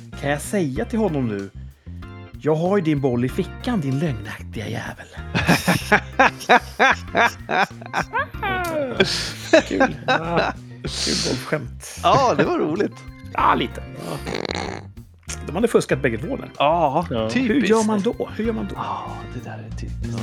Kan jag säga till honom nu? Jag har ju din boll i fickan, din lögnaktiga jävel. Kul. Kul bollskämt. Ja, det var roligt. Ja, lite. De hade fuskat bägge två nu. Ja, typiskt. Hur gör man då? Ja, det där är typiskt.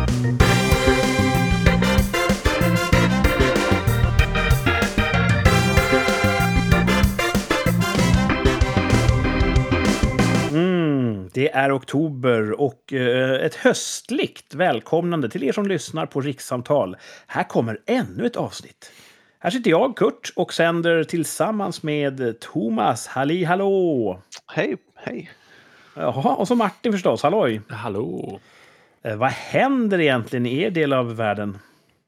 Det är oktober och ett höstligt välkomnande till er som lyssnar på Rikssamtal. Här kommer ännu ett avsnitt. Här sitter jag, Kurt, och sänder tillsammans med Thomas. Halli hallå! Hej, hej. Jaha, och så Martin förstås. Halloj! Hallå! Vad händer egentligen i er del av världen?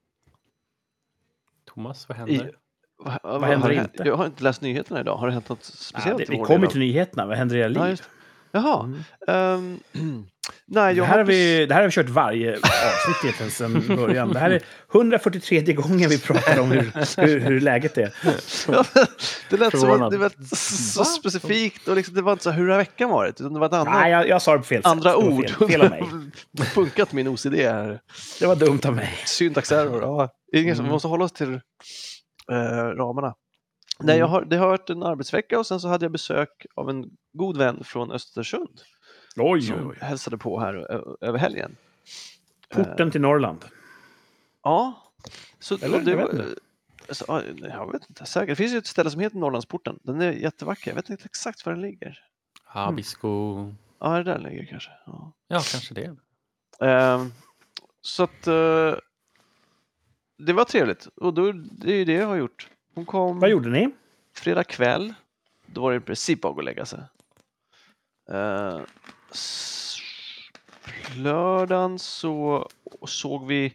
Thomas, vad händer? Vad händer inte? Jag har inte läst nyheterna idag. Har det hänt något speciellt? Vi kommer till nyheterna. Vad händer i era liv? Jaha. Nej, Det här har vi kört varje avsnitt egentligen sedan början. Det här är 143 gången vi pratar om hur läget är. Det lät som att det var så specifikt och liksom, det var inte så hur har veckan varit, utan det var ett annat. Nej, jag sa det på fel sätt. Andra ord. Fel av mig. Funkat min OCD här. Det var dumt av mig. Syntaxerror. Ja. Ingen som måste hålla oss till ramarna. Nej, det har varit en arbetsvecka och sen så hade jag besök av en god vän från Östersund. Oj. Hälsade på här över helgen. Porten till Norrland. Ja. Så, Eller? det Jag vet var, inte. alltså, jag vet inte säkert. Det finns ju ett ställe som heter Norrlandsporten. Den är jättevacker. Jag vet inte exakt var den ligger. Abisko. Ja, det där ligger kanske. Ja, kanske det. Så att det var trevligt. Och då, det är ju det jag har gjort. Hon kom Vad gjorde ni? fredag kväll. Då var det i princip att gå och lägga sig. Lördagen så såg vi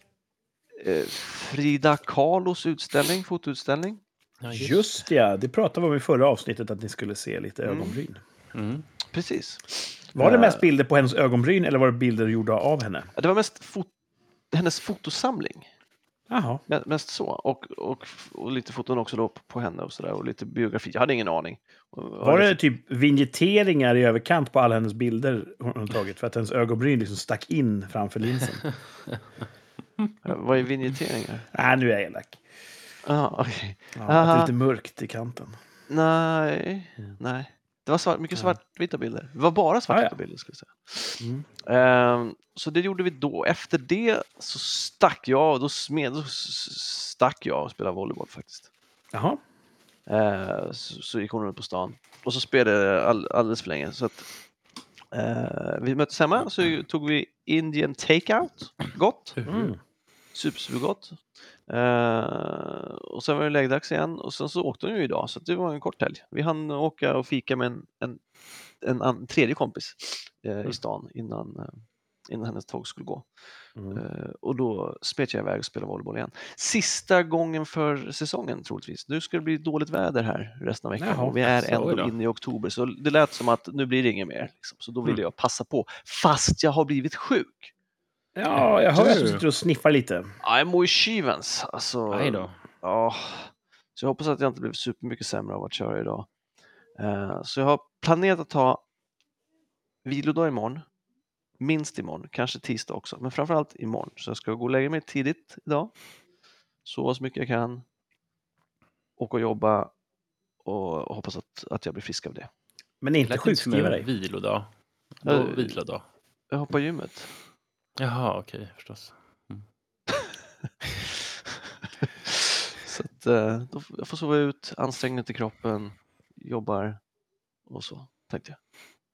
Frida Kahlos utställning, fotoutställning. Ja, Just det pratade vi om i förra avsnittet att ni skulle se lite ögonbryn. Precis. Var det mest bilder på hennes ögonbryn eller var det bilder gjorda av henne? Det var mest hennes fotosamling. Jaha. Mest så. Och lite foton också då på henne och sådär. Och lite biografi. Jag hade ingen aning. Var det typ vignetteringar i överkant på alla hennes bilder hon tagit? För att hennes ögonbryn liksom stack in framför linsen. Vad är vignetteringar? Nej, nu är jag elak. Okej. Ja, att det är lite mörkt i kanten. Nej. Det var mycket svartvita bilder. Det var bara svartvita bilder, skulle jag säga. Så det gjorde vi då. Efter det så stack jag och spelade volleyboll faktiskt. Jaha. Så gick hon runt på stan. Och så spelade jag alldeles för länge. Så att, vi möttes hemma så tog vi Indian takeout. Gott. Supergott. Och sen var det läggdags igen. Och sen så åkte hon ju idag. Så det var en kort helg. Vi hann åka och fika med en tredje kompis i stan innan hennes tåg skulle gå. Och då smet jag iväg och spelade volleyboll igen. Sista gången för säsongen troligtvis. Nu ska det bli dåligt väder här resten av veckan. Och vi är ändå inne i oktober. Så det lät som att nu blir det inget mer. Liksom. Så då ville jag passa på. Fast jag har blivit sjuk. Ja, jag hör att du sitter och sniffar lite. Ja, jag mår ju skivens. Alltså, Nej då. Ja. Så jag hoppas att jag inte blev supermycket sämre av att köra idag. Så jag har planerat att ta vilodag imorgon. Minst imorgon, kanske tisdag också. Men framförallt imorgon. Så jag ska gå och lägga mig tidigt idag. Sova så mycket jag kan. Åka och jobba. Och hoppas att jag blir frisk av det. Men inte sjukskriva dig. Vilodag. Vilodag. Jag hoppar gymmet. Jaha, okej, förstås. Så att då jag får sova ut, ansträngning till kroppen, jobbar och så, tänkte jag.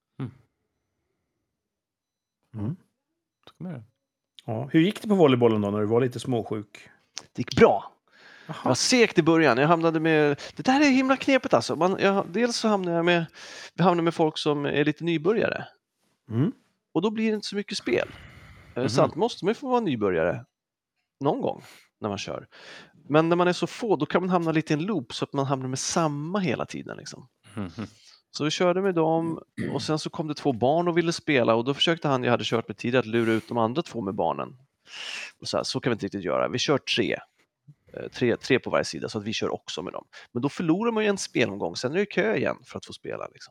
Ja, hur gick det på volleybollen då när du var lite småsjuk? Det gick bra. Jag var segt i början. Jag hamnade med... Det där är himla knepigt alltså. Dels så hamnar jag med folk som är lite nybörjare. Och då blir det inte så mycket spel. Sant måste man ju få vara nybörjare någon gång när man kör. Men när man är så få, då kan man hamna lite i en loop så att man hamnar med samma hela tiden liksom. Så vi körde med dem och sen så kom det 2 barn och ville spela och då försökte jag hade kört med tidigare att lura ut de andra 2 med barnen. Och så kan vi inte riktigt göra. Vi kör 3 på varje sida så att vi kör också med dem. Men då förlorar man ju en spelomgång. Sen är det kö igen för att få spela liksom.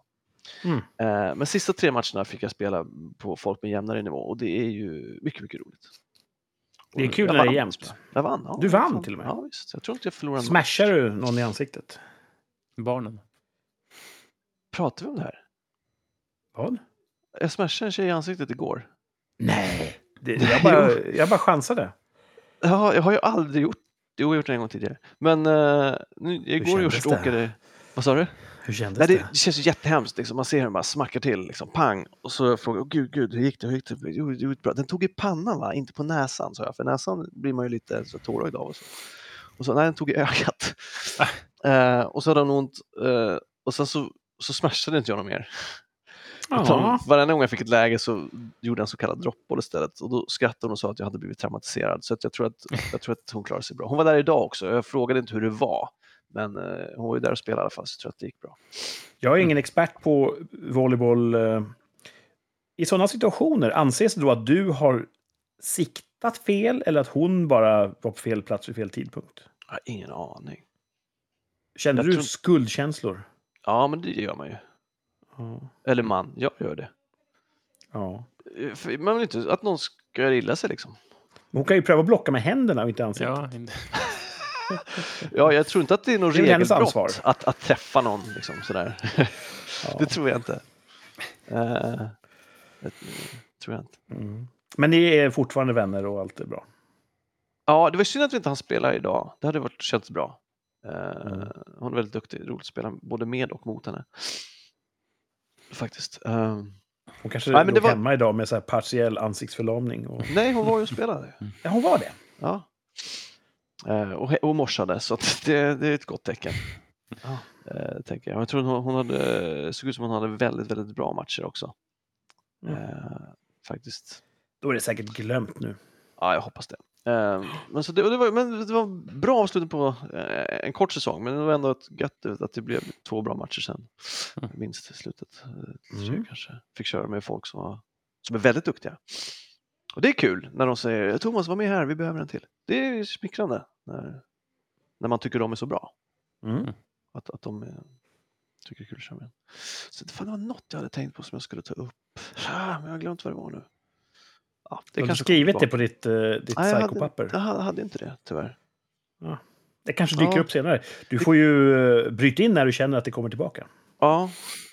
Men sista 3 matcherna fick jag spela på folk med jämnare nivå och det är ju mycket, mycket roligt. Det är kul när det är jämnt. Jag vann. Ja, du vann till och med? Ja, visst. Jag tror inte jag förlorade. Smashar du någon i ansiktet? Barnen. Pratar vi om det här? Vad? Jag smashade en tjej i ansiktet igår. Nej, jag bara chansade. Ja, jag har ju aldrig gjort. Jo, jag har gjort det en gång tidigare. Men igår i åkade. Vad sa du? Hur kändes det? Det känns ju jättehemskt. Liksom. Man ser hur den bara smackar till. Liksom, pang. Och så frågar jag, gud, hur gick det? Jo, bra. Den tog i pannan, va? Inte på näsan, sa jag. För näsan blir man ju lite så tårögd av. Och så, nej, den tog i ögat. Och så hade hon ont. Och sen så smashade inte jag något mer. Varenda gång jag fick ett läge så gjorde jag en så kallad droppboll istället. Och då skrattade hon och sa att jag hade blivit traumatiserad. Så att jag tror att hon klarade sig bra. Hon var där idag också. Jag frågade inte hur det var. Men hon var ju där och spelade i alla fall, så jag tror att det gick bra. Jag är ingen expert på volleyboll. I sådana situationer, anses det då att du har siktat fel eller att hon bara var på fel plats vid fel tidpunkt? Jag har ingen aning. Kände du skuldkänslor? Ja, men det gör man ju. Eller jag gör det. Ja. Man vill inte att någon ska göra illa sig liksom. Hon kan ju pröva att blocka med händerna och inte ansiktet. Ja, jag tror inte att det är något regelbrott att träffa någon liksom, sådär. Det tror jag inte. Det tror jag inte. Men ni är fortfarande vänner och allt är bra? Ja, det var synd att vi inte hann spela idag. Det hade känts bra. Hon är väldigt duktig. Roligt att spela både med och mot henne. Faktiskt. Hon kanske låg hemma idag med så här partiell ansiktsförlamning. Nej, hon var ju och spelade. Ja, hon var det? Ja. Och morsade, så att det är ett gott tecken. Tänker jag. Jag tror hon såg ut som hon hade väldigt, väldigt bra matcher också. Faktiskt. Då är det säkert glömt nu. Ja, jag hoppas det. Men det var bra avslutning på en kort säsong, men det var ändå ett gött att det blev 2 bra matcher sen. Minst i slutet. Jag kanske fick köra med folk som är väldigt duktiga. Och det är kul när de säger Thomas, var med här, vi behöver en till. Det är smickrande när man tycker de är så bra. Att de tycker det är kul att köra med. Så det var något jag hade tänkt på som jag skulle ta upp. Men jag har glömt vad det var nu. Ja, det har du skrivit det på ditt psykopapper? Jag hade inte det, tyvärr. Ja. Det kanske dyker upp senare. Du får ju bryta in när du känner att det kommer tillbaka. Ja.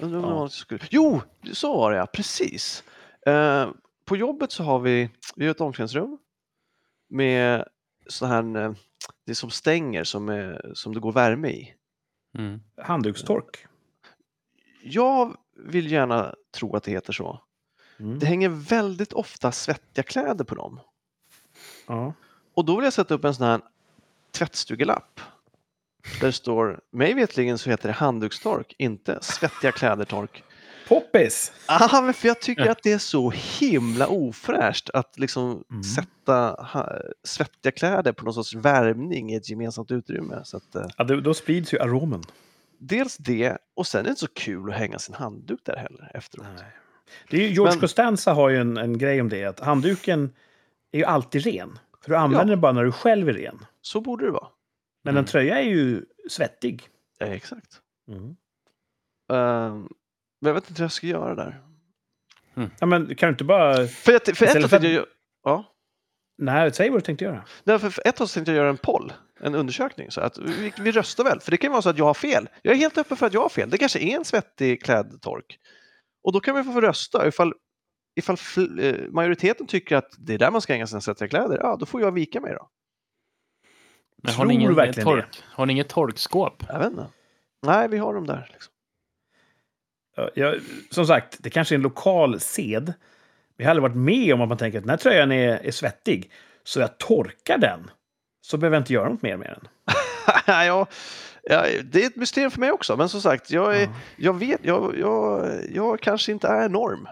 Jo, så var det, ja. Precis. På jobbet så har vi har ett omklädningsrum med så här, det som stänger som det går värme i. Handdukstork. Jag vill gärna tro att det heter så. Det hänger väldigt ofta svettiga kläder på dem. Ja. Och då vill jag sätta upp en sån här tvättstugelapp. Där det står, mig vetligen så heter det handdukstork, inte svettiga klädertork. Poppis! Men för jag tycker att det är så himla ofräscht att liksom sätta svettiga kläder på någon sorts värmning i ett gemensamt utrymme. Så att, då sprids ju aromen. Dels det, och sen är det inte så kul att hänga sin handduk där heller efteråt. Nej. Det är ju, George Costanza har ju en grej om det, att handduken är ju alltid ren. För du använder den bara när du själv är ren. Så borde det vara. Men en tröja är ju svettig. Ja, exakt. Men jag vet inte hur jag ska göra där. Ja, men kan du inte bara... För ett tänkte jag... Ja. Nej, säg vad du tänkte göra. För ett tag tänkte jag göra en poll. En undersökning. Så att vi röstar väl. För det kan ju vara så att jag har fel. Jag är helt öppen för att jag har fel. Det kanske är en svettig klädtork. Och då kan vi få rösta. Ifall majoriteten tycker att det är där man ska hänga sina svettiga kläder. Ja, då får jag vika mig då. Men har ni inget torkskåp? Jag vet inte. Nej, vi har dem där. Liksom. Som sagt, det kanske är en lokal sed. Vi har aldrig varit med om att man tänker att den här tröjan är svettig. Så jag torkar den. Så behöver jag inte göra något mer med den. Ja, det är ett mysterium för mig också. Men som sagt, jag kanske inte är norm.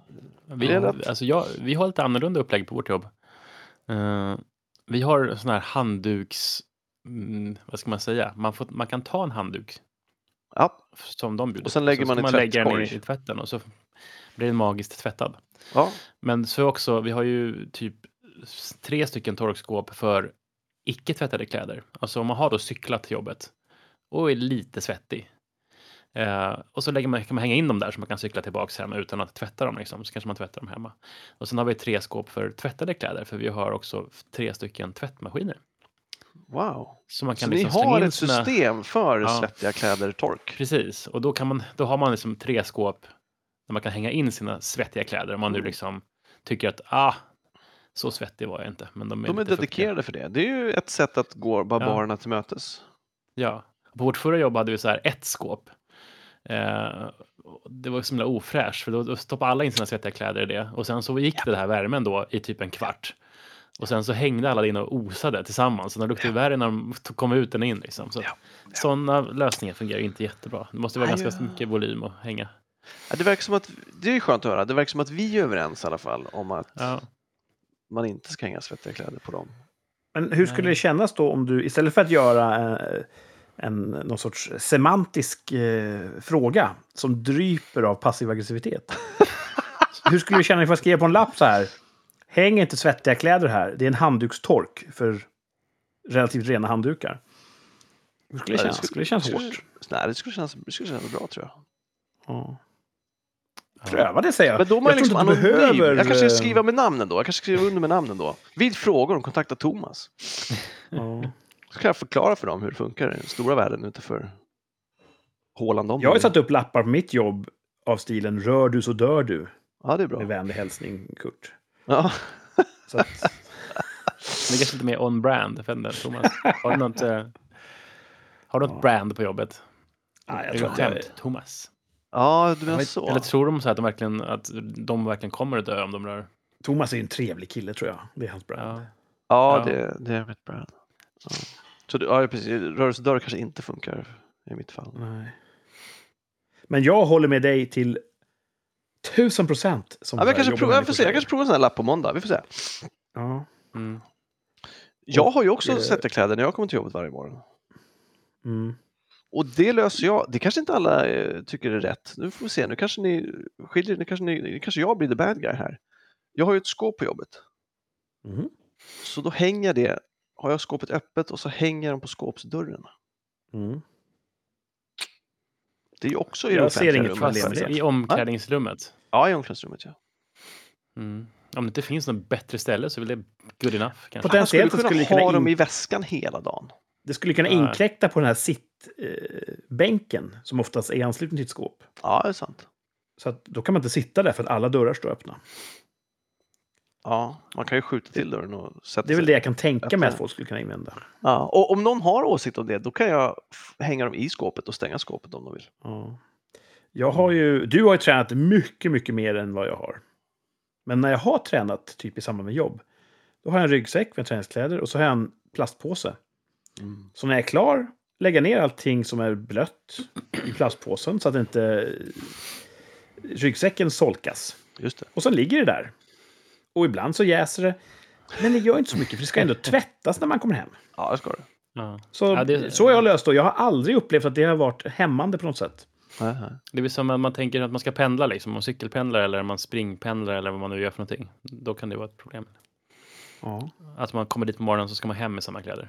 Vi har lite annorlunda upplägg på vårt jobb. Vi har sån här handduks... vad ska man säga? Man kan ta en handduk. Ja. Som de bjuder. Och sen lägger man lägger den i tvätten och så blir den magiskt tvättad. Ja. Men så också, vi har ju typ 3 stycken torkskåp för icke tvättade kläder. Alltså om man har då cyklat till jobbet och är lite svettig. Och så kan man hänga in dem där så man kan cykla tillbaka hem utan att tvätta dem. Liksom. Så kanske man tvättar dem hemma. Och sen har vi 3 skåp för tvättade kläder. För vi har också 3 stycken tvättmaskiner. Wow. Så man kan så liksom ni har in ett system för svettiga kläder tork? Precis. Och då har man liksom 3 skåp där man kan hänga in sina svettiga kläder. Om man nu liksom tycker att så svettig var jag inte. Men de är dedikerade för det. Det är ju ett sätt att gå barbarerna till mötes. Ja. På vårt förra jobb hade vi så här 1 skåp. Det var så himla ofräscht. För då stoppade alla in sina svettiga kläder i det. Och sen så gick det här värmen då i typ en kvart. Och sen så hängde alla in och osade tillsammans. Så de luktade värre när de kom ut och in. Liksom. Så sådana lösningar fungerar inte jättebra. Det måste vara ganska mycket volym att hänga. Ja, det verkar som att, det är skönt att höra. Det verkar som att vi är överens i alla fall om att man inte ska hänga svettiga kläder på dem. Men hur skulle det kännas då om du istället för att göra någon sorts semantisk fråga som dryper av passiv aggressivitet? Hur skulle du känna ifall jag skriver på en lapp så här: häng inte svettiga kläder här. Det är en handdukstork för relativt rena handdukar. Hur skulle det kännas? Skulle det kännas hårt? Nej, det skulle kännas bra, tror jag. Ja. Pröva det, säger jag. Men då man liksom anonym. Jag kanske ska skriva med namnen då. Jag kanske skriver under med namnen då. Vid frågor om kontakta Thomas. Så kan jag förklara för dem hur det funkar i den stora världen utanför Håland. Jag har satt upp lappar på mitt jobb av stilen rör du så dör du. Ja, det är bra. Med vänlig hälsning, Kurt. Ja. Så att... Det är kanske lite mer on-brand för Thomas. Har du något brand på jobbet? Nej, jag tror skämt, Thomas. Ja, du menar så. Eller tror de så att de verkligen kommer att dö om de rör? Thomas är en trevlig kille, tror jag. Det är hans brand. Ja. Det är mitt brand. Ja. Så precis. Rörelsedörr kanske inte funkar i mitt fall. Nej. Men jag håller med dig till 1000%. Jag kanske provar en sån här lapp på måndag. Vi får se. Ja. Mm. Jag har ju också svettiga kläder när jag kommer till jobbet varje morgon. Mm. Och det löser jag. Det kanske inte alla tycker är rätt. Nu får vi se. Nu kanske ni skiljer. Kanske jag blir the bad guy här. Jag har ju ett skåp på jobbet. Mm. Så då hänger det. Har jag skåpet öppet och så hänger de på skåpsdörren. Mm. Det är ju också i det offentliga rummet. I omklädningsrummet? Ja, i omklädningsrummet, ja. Mm. Om det inte finns något bättre ställe så är det good enough. Kanske. Potentiellt skulle du kunna ha dem i väskan hela dagen. Det skulle kunna inkräkta på den här sittbänken som oftast är ansluten till ett skåp. Ja, det är sant. Så att då kan man inte sitta där för att alla dörrar står öppna. Ja, man kan ju skjuta till dörren och sätta. Det är väl det jag kan tänka mig att folk skulle kunna invända. Ja, och om någon har åsikt om det, då kan jag hänga dem i skåpet och stänga skåpet om de vill. Ja. Du har ju tränat mycket, mycket mer än vad jag har. Men när jag har tränat typ i samband med jobb, då har jag en ryggsäck med träningskläder och så har jag en plastpåse. Mm. Så när jag är klar, lägga ner allting som är blött i plastpåsen så att inte ryggsäcken solkas. Just det. Och så ligger det där. Och ibland så jäser det. Men det gör inte så mycket, för det ska ändå tvättas när man kommer hem. Ja, det ska det. Ja. Så har jag löst det. Jag har aldrig upplevt att det har varit hämmande på något sätt. Det är som att man tänker att man ska pendla, liksom. Om man cykelpendlar eller man springpendlar eller vad man nu gör för någonting. Då kan det vara ett problem. Ja. Att man kommer dit på morgonen så ska man hem med samma kläder.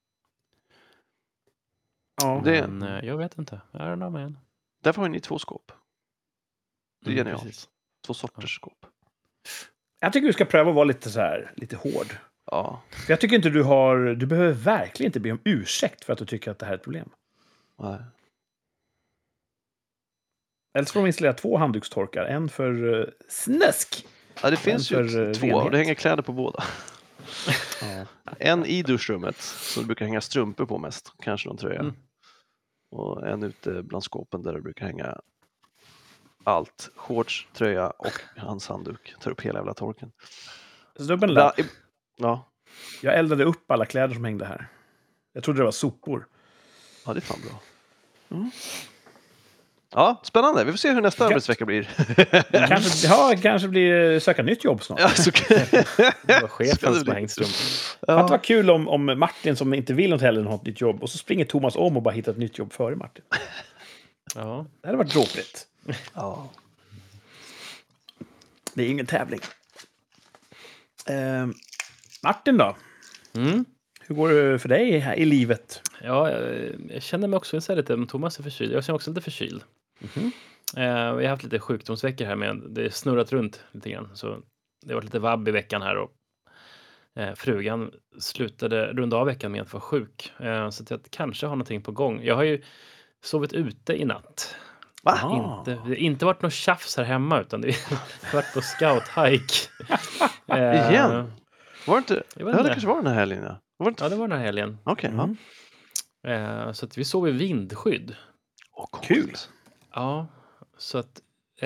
Ja. Men jag vet inte. I don't know, man. Därför har ni 2 skåp. Det är genialt. Precis. 2 sorters skåp. Jag tycker du ska pröva att vara lite hård. Ja. För jag tycker inte du behöver verkligen inte be om ursäkt för att du tycker att det här är ett problem. Nej. Eller så får de installera 2 handdukstorkar. En för snusk. Ja, det finns ju 2 och det hänger kläder på båda. Ja. En i duschrummet så det brukar hänga strumpor på mest. Kanske någon tröja. Mm. Och en ute bland skåpen där det brukar hänga allt. Shorts, tröja och hans handduk. Tar upp hela jävla torken. Ja. Jag eldade upp alla kläder som hängde här. Jag trodde det var sopor. Ja, det är fan bra. Mm. Ja, spännande. Vi får se hur nästa arbetsvecka blir. kanske blir söka nytt jobb snart. Ja, så det var chefen som har hängt strumpor. Ja. Det var kul om Martin som inte vill något heller har ett nytt jobb. Och så springer Thomas om och bara hittar ett nytt jobb före Martin. Ja. Det hade varit dråpligt. Ja. Det är ingen tävling. Martin då? Mm. Hur går det för dig här i livet? Ja, jag känner mig också så här lite, Thomas är förkyld. Jag känner också lite förkyld. Vi har haft lite sjukdomsveckor här med, det är snurrat runt lite grann. Så det har varit lite vabb i veckan här och frugan slutade runda av veckan med att vara sjuk. Så att jag kanske har någonting på gång. Jag har ju sovit ute i natt. Det har inte varit något tjafs här hemma utan det har varit på scout-hike. Igen? Var det inte? Jag vet Det inte. kanske var den här helgen. Ja. Ja, det var den här helgen. Okej, Så att vi sov i vindskydd. Kul. Ja, så att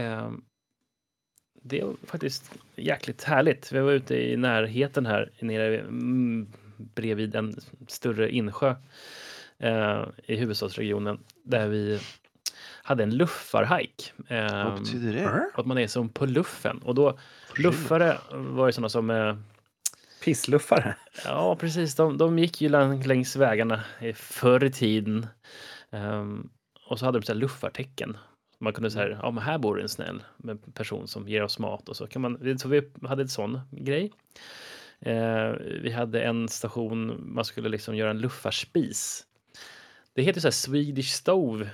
det var faktiskt jäkligt härligt. Vi var ute i närheten här nere bredvid en större insjö i huvudstadsregionen där vi hade en luffarhike. Vad betyder det? Att man är som på luffen. Och då, luffare var ju sådana som... Pissluffare. Ja, precis. De gick ju längs vägarna förr i tiden. Och så hade de så här luffartecken. Man kunde säga, ja men här bor en snäll person som ger oss mat. Och så kan man, så vi hade en sån grej. Vi hade en station, man skulle liksom göra en luffarspis. Det heter så här Swedish Stove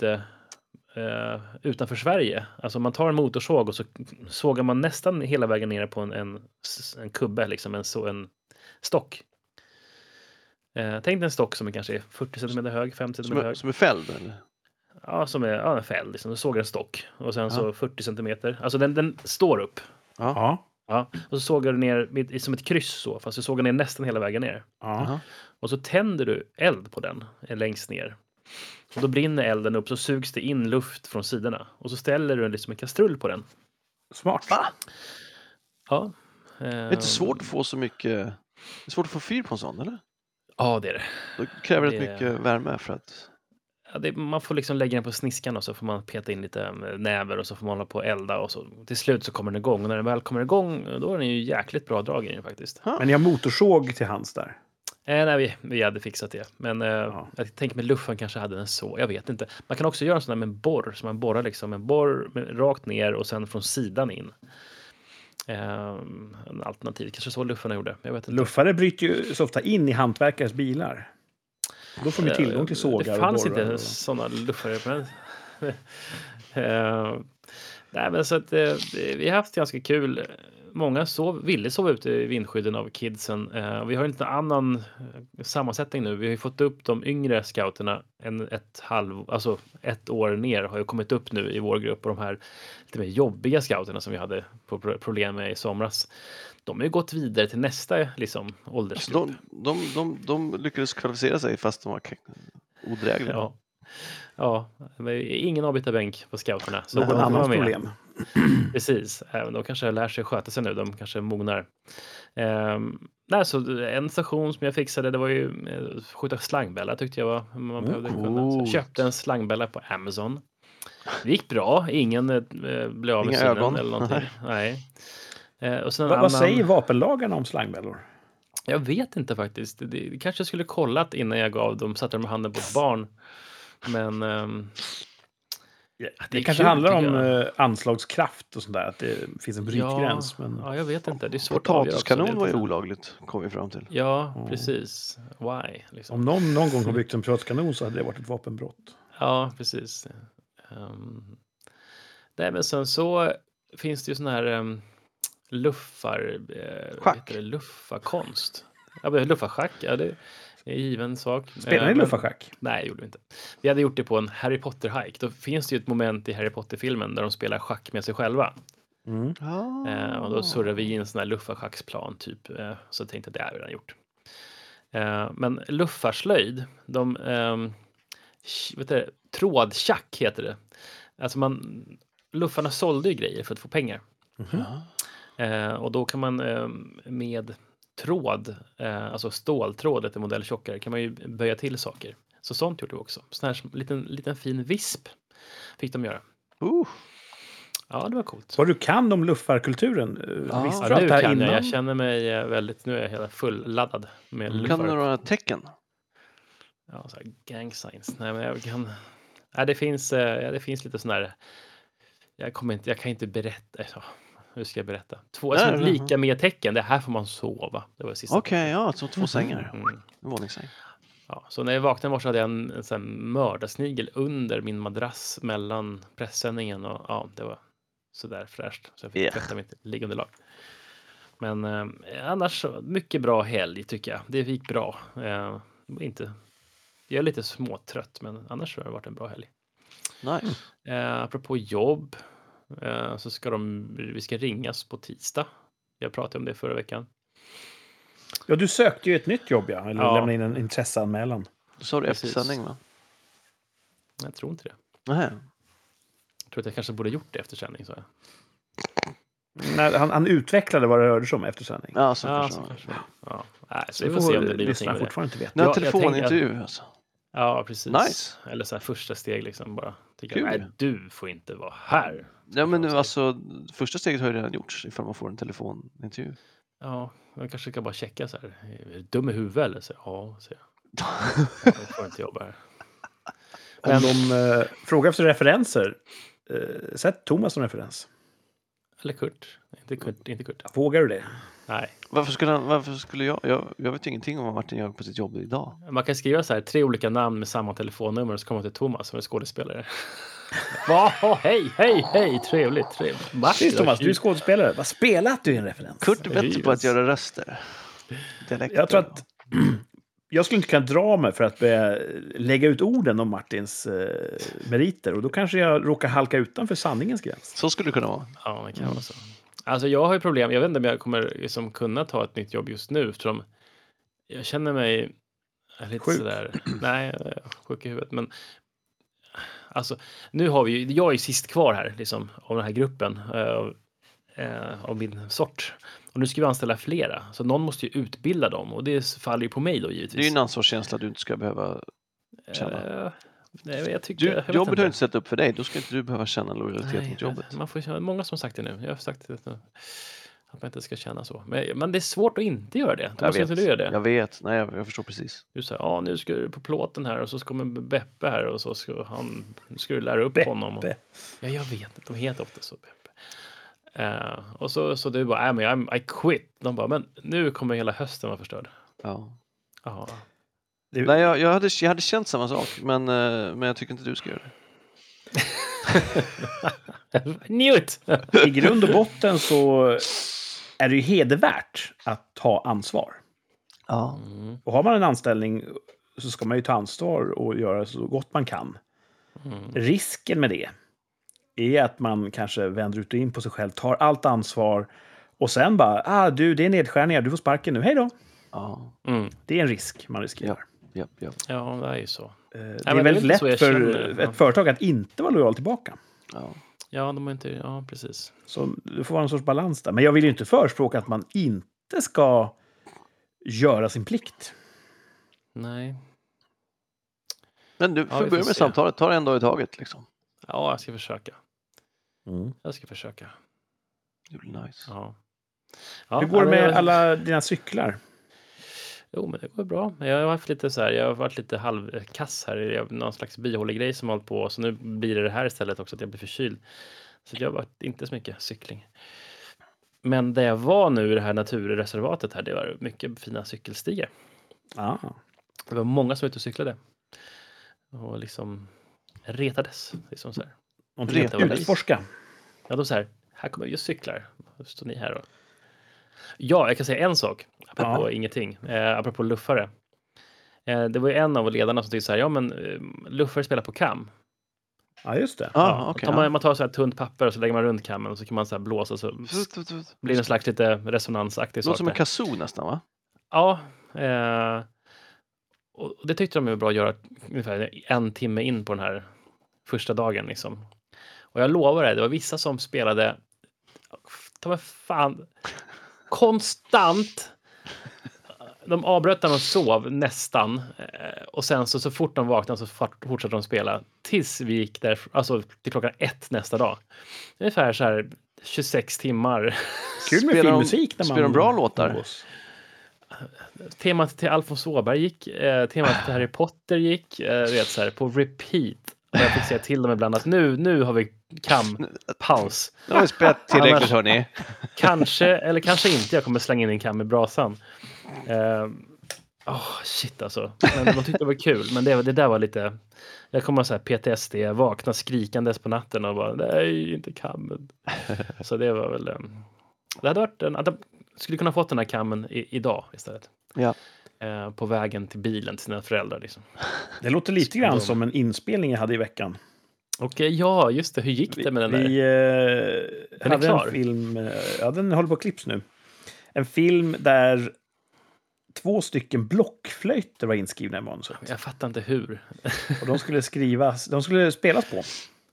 utanför Sverige. Alltså man tar en motorsåg och så sågar man nästan hela vägen ner på en kubbe, liksom en stock. Tänk dig en stock som är kanske 40 cm hög, 50 cm hög. Som är fälld, eller? Ja, som är en fälld. Liksom. Du sågar en stock och sen så 40 cm. Alltså den står upp. Ja. Ja. Och så sågar du ner som ett kryss så, fast du sågar ner nästan hela vägen ner. Ja. Och så tänder du eld på den längst ner. Och då brinner elden upp, så sugs det in luft från sidorna. Och så ställer du liksom en kastrull på den. Smart. Ja. Det är inte svårt att få så mycket... Det är svårt att få fyr på en sån, eller? Ja, det är det. Då kräver det mycket värme för att... Ja, man får liksom lägga den på sniskan och så får man peta in lite näver och så får man hålla på och elda och så till slut så kommer den igång. Och när den väl kommer igång, då är den ju jäkligt bra drag i den faktiskt. Men jag motorsåg till hands där. Nej, vi hade fixat det. Men jag tänker med luffen kanske hade den så. Jag vet inte. Man kan också göra en sån där med en borr. Så man borrar liksom en borr rakt ner och sen från sidan in. En alternativ. Kanske så luffarna gjorde. Jag vet inte. Luffare bryter ju så ofta in i hantverkares bilar. Då får ni tillgång till sågar. Det fanns och borrar inte och... sådana luffare. Nej, men så att vi har haft ganska kul. Många ville sova ute i vindskydden av kidsen. Vi har inte en annan sammansättning nu. Vi har ju fått upp de yngre scouterna alltså ett år ner har ju kommit upp nu i vår grupp. Och de här lite mer jobbiga scouterna som vi hade problem med i somras. De har ju gått vidare till nästa liksom, åldersgrupp. De lyckades kvalificera sig fast de var odrägliga. Ja, men ingen avbytarbänk på scouterna. Så någon annans problem. Precis, även de kanske lär sig sköta sig nu. De kanske mognar. Så en station som jag fixade, det var ju skjuta slangbälla tyckte jag var. Man behövde kunna. Så jag köpte en slangbälla på Amazon. Det gick bra. Ingen blev av med synen ögon eller någonting. Nej. Och sen Vad säger vapenlagarna om slangbällor? Jag vet inte faktiskt. Det kanske jag skulle kollat innan jag gav dem, satte dem i handen på ett barn. Men det kanske handlar om anslagskraft och sånt där. Att det finns en brytgräns. Ja, jag vet inte. Det är svårt att potatiskanon var ju olagligt, kom vi fram till. Ja, precis. Why? Liksom. Om någon gång har byggt en potatiskanon så hade det varit ett vapenbrott. Ja, precis. Nej, men sen så finns det ju sån här luffarkonst. Ja, luffarschack, ja, det är en given sak. Spelar ni luffarschack? Nej, det gjorde vi inte. Vi hade gjort det på en Harry Potter-hike. Då finns det ju ett moment i Harry Potter-filmen där de spelar schack med sig själva. Och då surrar vi in en sån här luffarschacksplan typ. Så jag tänkte att det är redan gjort. Men luffarslöjd, trådschack heter det. Alltså luffarna sålde ju grejer för att få pengar. Och då kan man med tråd, alltså ståltråd, ett modell tjockare, kan man ju böja till saker. Så sånt gjorde vi också. Sån här liten fin visp fick de göra. Ja, det var coolt. Vad du kan om luffarkulturen? Visste du att det här innan? Jag känner mig nu är jag hela fulladdad med luffar. Kan du några tecken? Ja, så här gang signs. Nej, men jag kan... Nej, det finns lite sån här... Jag kan inte berätta... Hur ska jag berätta? Lika med tecken. Det här får man sova. Det var sista. Okej, så 2 sängar. En våningssäng. Ja, så när jag vaknade i morse hade jag en sån här mördarsnigel under min madrass mellan pressändningen och ja, det var sådär fräscht. Så jag fick tvätta mitt liggande lag. Men annars mycket bra helg tycker jag. Det gick bra. Jag är lite småtrött, men annars har det varit en bra helg. Nice. Apropå jobb så ska vi ska ringas på tisdag. Jag pratade om det förra veckan. Ja, du sökte ju ett nytt jobb, ja. Eller lämnade in en intresseanmälan. Du sa det efter sändning, va? Jag tror inte det. Nej. Jag tror att jag kanske borde gjort det efter sändning, så jag. Nej, han utvecklade vad det rörde sig om efter sändning. Ja, så kanske. Ja. Nej, så vi får se om det blir lyssna fortfarande inte vet. Nej, telefonintervju alltså. Ja, precis. Nice. Eller så här första steg liksom bara. Nej, du får inte vara här. Ja, men nu alltså, första steget har ju redan gjorts ifall man får en telefonintervju. Ja, man kanske ska bara checka så här. Är du dum i huvudet eller? Så, ja, så jag får inte jobba här. Om de frågar efter referenser, sätt Thomas som referens. Eller Kurt. Inte Kurt. Vågar du det? Nej. Varför skulle jag? Jag vet ju ingenting om vad Martin gör på sitt jobb idag. Man kan skriva så här 3 olika namn med samma telefonnummer och så kommer till Thomas som är skådespelare. Hej, trevligt. Precis, Thomas, du är skådespelare. Vad spelat du i en referens? Kurt är bättre på att göra röster. Jag tror att jag skulle inte kunna dra mig för att lägga ut orden om Martins meriter. Och då kanske jag råkar halka utanför sanningens gräns. Så skulle det kunna vara. Ja, det kan vara så. Alltså jag har ju problem. Jag vet inte om jag kommer liksom kunna ta ett nytt jobb just nu. Eftersom jag känner mig lite sjuk. Sådär. Nej, sjuk i huvudet. Men alltså, nu har vi ju, jag är sist kvar här liksom, av den här gruppen. Av min sort. Och nu ska vi anställa flera. Så någon måste ju utbilda dem. Och det faller ju på mig då givetvis. Det är ju en ansvarskänsla du inte ska behöva känna. Nej, jag tycker, jobbet har inte sett upp för dig. Då ska inte du behöva känna lojalitet mot jobbet. Man får känna, många som har sagt det nu. Jag har sagt det nu. Att man inte ska känna så. Men det är svårt att inte göra det. Jag vet. Nej, jag förstår precis. Du säger, nu ska du på plåten här och så kommer Beppe här och så ska du lära upp honom. Och, ja, jag vet inte. De heter ofta så, Beppe. Och så du bara, men I quit. De bara, men nu kommer hela hösten vara förstörd. Ja. Ja. Nej, jag hade känt samma sak, men jag tycker inte du ska göra det. Njut! I grund och botten så är det ju hedervärt att ta ansvar. Ja. Och har man en anställning så ska man ju ta ansvar och göra så gott man kan. Risken med det är att man kanske vänder ut och in på sig själv, tar allt ansvar och sen bara, det är nedskärningar, du får sparken nu, hej då. Ja. Det är en risk man riskerar. Ja, det är ju så. Det är väldigt lätt för ett företag att inte vara lojal tillbaka. Ja, de är inte, ja, precis. Så det får vara en sorts balans där. Men jag vill ju inte förespråka att man inte ska göra sin plikt. Nej. Men du får börja med samtalet. Ta det en dag i taget liksom. Ja, jag ska försöka. Jag ska försöka. Det blir nice. Ja. Hur går det med alla dina cyklar? Jo, men det går bra. Jag har haft lite så här, jag har varit lite halvkass här. Jag har någon slags bihållegrej som har hållit på. Så nu blir det här istället också att jag blir förkyld. Så jag har varit inte så mycket cykling. Men där jag var nu i det här naturreservatet här, det var mycket fina cykelstigar. Det var många som var ute och cyklade. Och liksom retades. Liksom så här. Utforska. Ja, då så här kommer just cyklar. Då står ni här och... Ja, jag kan säga en sak. Apropå ingenting. Apropå luffare. Det var ju en av ledarna som tyckte så här, luffare spelar på kam. Ja, just det. Man tar så här tunt papper och så lägger man runt kammen och så kan man så här blåsa så blir det en slags lite resonansaktig sak. Det låter som en kazoo nästan, va? Ja. Och det tyckte de var bra att göra ungefär 1 timme in på den här första dagen liksom. Och jag lovar det var vissa som spelade ta mig fan konstant. De avbröt när de sov nästan. Och sen så fort de vaknade så fortsatte de spela. Tills vi gick där, alltså till klockan 1 nästa dag. Ungefär så här 26 timmar. Kul med filmmusik. Spelar de bra låtar? Temat till Alfons Åberg gick. Temat till Harry Potter gick. Vet, så här, på repeat. Och jag fick säga till dem ibland att nu har vi paus. Nu har vi spelat tillräckligt, hörni. Kanske, eller kanske inte. Jag kommer slänga in en kam i brasan. Shit alltså. Men de tyckte det var kul. Men det där var lite... Jag kommer så här PTSD, vakna skrikandes på natten och bara, nej, inte kammen. Så det var väl... Det hade varit att de skulle kunna fått den här kammen idag istället. Ja. På vägen till bilen till sina föräldrar. Liksom. Det låter lite grann som en inspelning jag hade i veckan. Okej, ja, just det. Hur gick det med den där? Vi hade en film... Ja, den håller på att klipps nu. En film där 2 stycken blockflöjter var inskrivna i manuset. Jag fattar inte hur. Och de skulle spelas på.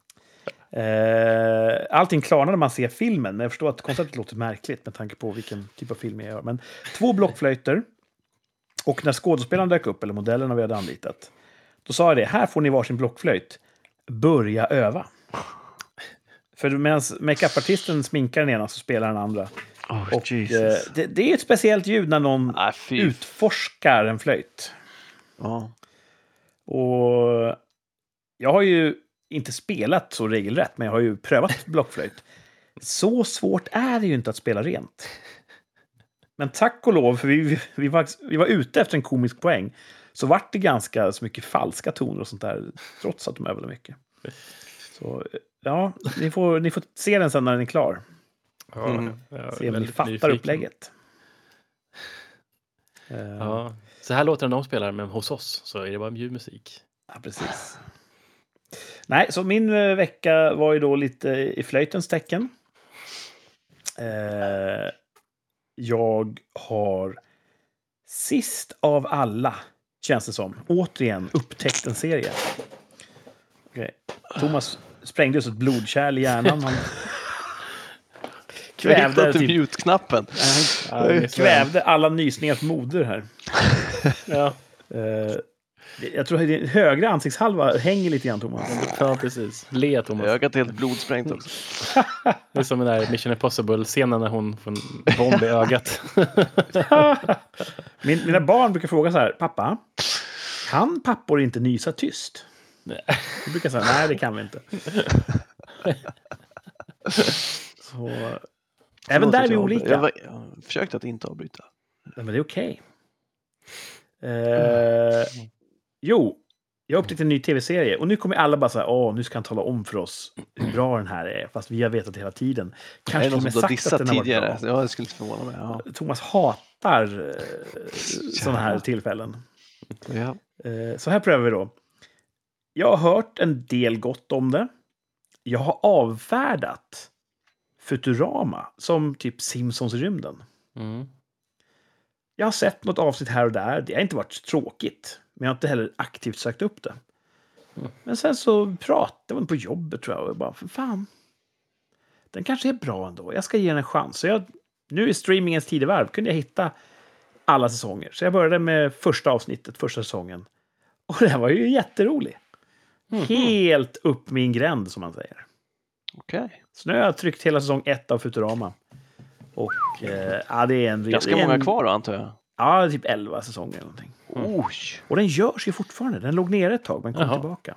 Allting klarnar när man ser filmen, men jag förstår att konceptet låter märkligt med tanke på vilken typ av film jag gör. Men 2 blockflöjter. Och när skådespelaren dök upp, eller modellerna vi hade anlitat, då sa jag det, här får ni varsin blockflöjt. Börja öva. För medan make-up-artisten sminkar den ena så spelar den andra. Och det är ett speciellt ljud när någon utforskar en flöjt. Och jag har ju inte spelat så regelrätt, men jag har ju prövat blockflöjt. Så svårt är det ju inte att spela rent. Men tack och lov, för vi var ute efter en komisk poäng, så vart det ganska så mycket falska toner och sånt där, trots att de övade mycket. Så ja, ni får se den sen när den är klar. Se om ni fattar nyfiken. Upplägget. Ja, så här låter de spelar, men hos oss så är det bara ljudmusik. Ja, precis. Nej, så min vecka var ju då lite i flöjtens tecken. Jag har sist av alla, känns det som, återigen upptäckt en serie. Okay. Thomas sprängde så ett blodkärl i hjärnan. Han kvävde mute-knappen. Han kvävde alla nysningars moder här. Ja. Jag tror att din högra ansiktshalva hänger lite grann, Thomas. Ja, precis. Le, Thomas. Ögat är helt blodsprängt också. Det är som den där Mission Impossible-scenen när hon får en bomb i ögat. Mina barn brukar fråga så här, pappa, kan pappor inte nysa tyst? Nej. Jag brukar säga, nej, det kan vi inte. Så, även där är vi olika. Jag försökte att inte avbryta. Nej, men det är okej. Jo, jag upptäckte en ny tv-serie och nu kommer alla bara säga, nu ska han tala om för oss hur bra den här är, fast vi har vetat hela tiden. Kanske de har sagt att den tidigare. Har varit bra. Jag skulle inte förvåna mig. Ja. Thomas hatar sådana här tillfällen. Ja. Så här prövar vi då. Jag har hört en del gott om det. Jag har avfärdat Futurama som typ Simpsons i rymden. Jag har sett något avsnitt här och där. Det har inte varit tråkigt. Men jag har inte heller aktivt sökt upp det. Men sen så pratade man på jobbet, tror jag. Och jag bara, för fan. Den kanske är bra ändå. Jag ska ge den en chans. Så nu i streamingens tidevarv kunde jag hitta alla säsonger. Så jag började med första säsongen. Och den var ju jätterolig. Helt upp min gränd, som man säger. Okej. Så nu har jag tryckt hela säsong 1 av Futurama. Och det är en... Ganska många kvar då, antar jag. Ja, typ 11 säsonger eller någonting. Och den görs ju fortfarande. Den låg nere ett tag, men kom tillbaka.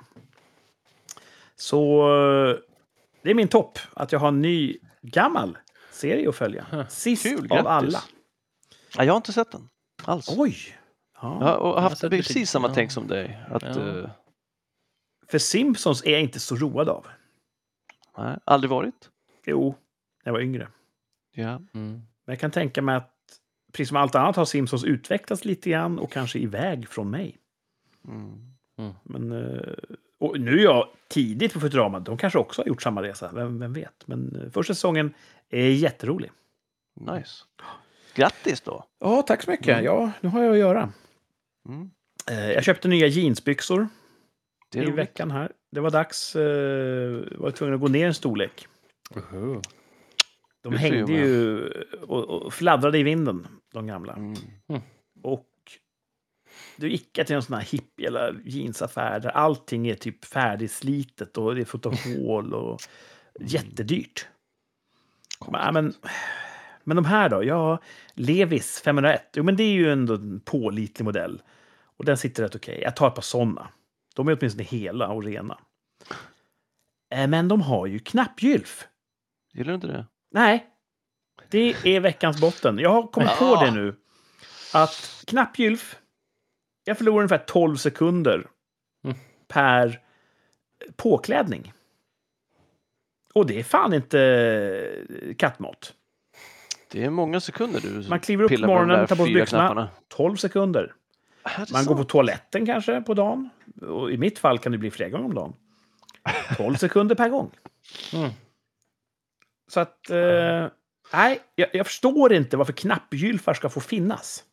Så det är min topp. Att jag har en ny, gammal serie att följa. Sist kul, av alla. Ja, jag har inte sett den alls. Oj! Ja. Jag har haft precis samma tänk som dig. Att, För Simpsons är jag inte så road av. Nej, aldrig varit? Jo, när jag var yngre. Ja. Men jag kan tänka mig att precis som allt annat har Simpsons utvecklats lite grann och kanske iväg från mig. Men och nu är jag tidigt på Futurama. De kanske också har gjort samma resa. Vem vet. Men första säsongen är jätterolig. Nice. Grattis då. Ja, tack så mycket. Ja, nu har jag att göra. Jag köpte nya jeansbyxor i veckan här. Det var dags. Var tvungen att gå ner en storlek. De hängde ju och fladdrade i vinden, de gamla. Och du gick till en sån här hippie eller jeansaffär där allting är typ färdigslitet och det är fullt av hål och jättedyrt. Men de här då? Ja, Levis 501. Jo, men det är ju ändå en pålitlig modell. Och den sitter rätt okej. Jag tar ett par sådana. De är åtminstone hela och rena. Men de har ju knappgylf. Gillar du inte det? Nej. Det är veckans botten. Jag har kommit på det nu. Att knappgylf Jag förlorar ungefär 12 sekunder per påklädning. Och det är fan inte kattmat. Det är många sekunder du Man kliver upp på morgonen, tar på sig byxorna. knapparna. 12 sekunder. Man går på toaletten kanske på dagen. Och i mitt fall kan det bli flera gånger om dagen. 12 sekunder per gång. Så att... nej, jag förstår inte varför knappgylfar ska få finnas.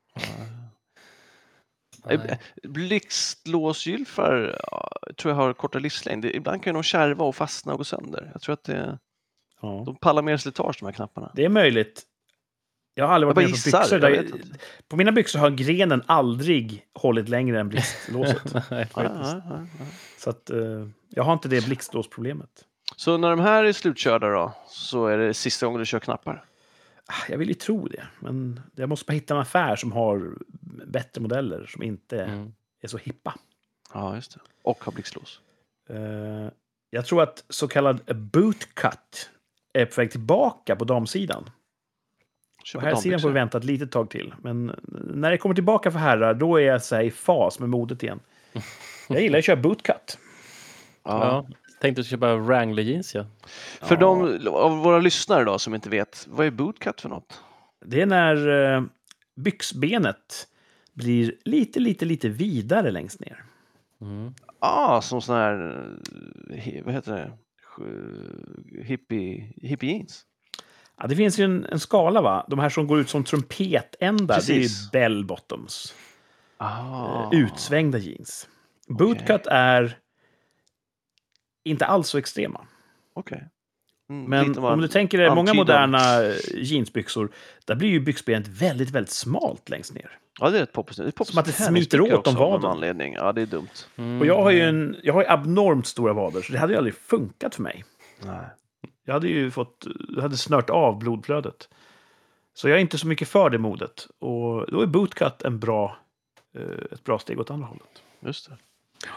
Blixtlåsgylfar tror jag har kortare livslängd. Ibland kan de kärva och fastna och gå sönder. Jag tror att de pallar mer slitage, de här knapparna. Det är möjligt. Jag har aldrig varit med på byxor. På mina byxor har grenen aldrig hållit längre än blixtlåset. Så att jag har inte det blixtlåsproblemet. Så när de här är slutkörda då, så är det sista gången du kör knappar? Jag vill ju tro det, men jag måste bara hitta en affär som har bättre modeller som inte är så hippa. Ja, just det. Och har blixtlås. Jag tror att så kallad bootcut är på väg tillbaka på damsidan. På här sidan får vi vänta ett litet tag till. Men när det kommer tillbaka för herrar, då är jag så här i fas med modet igen. Jag gillar att köra bootcut. Ja. Tänkte att köpa Wrangler jeans, ja. För de av våra lyssnare då som inte vet, vad är bootcut för något? Det är när byxbenet blir lite vidare längst ner. Som sån här, vad heter det? Hippie jeans. Ja, det finns ju en skala, va? De här som går ut som trumpetändar, det är ju bell bottoms. Utsvängda jeans. Bootcut är inte alls så extrema. Okej. Men om du tänker dig många moderna jeansbyxor, där blir ju byxbenet väldigt smalt längst ner. Ja, det är ett poppis. Som att det smiter åt om vaden. Anledning. Ja, det är dumt. Och jag har ju abnormt stora vader, så det hade ju aldrig funkat för mig. Nej. Jag hade snört av blodflödet. Så jag är inte så mycket för det modet. Och då är bootcut ett bra steg åt andra hållet. Just det.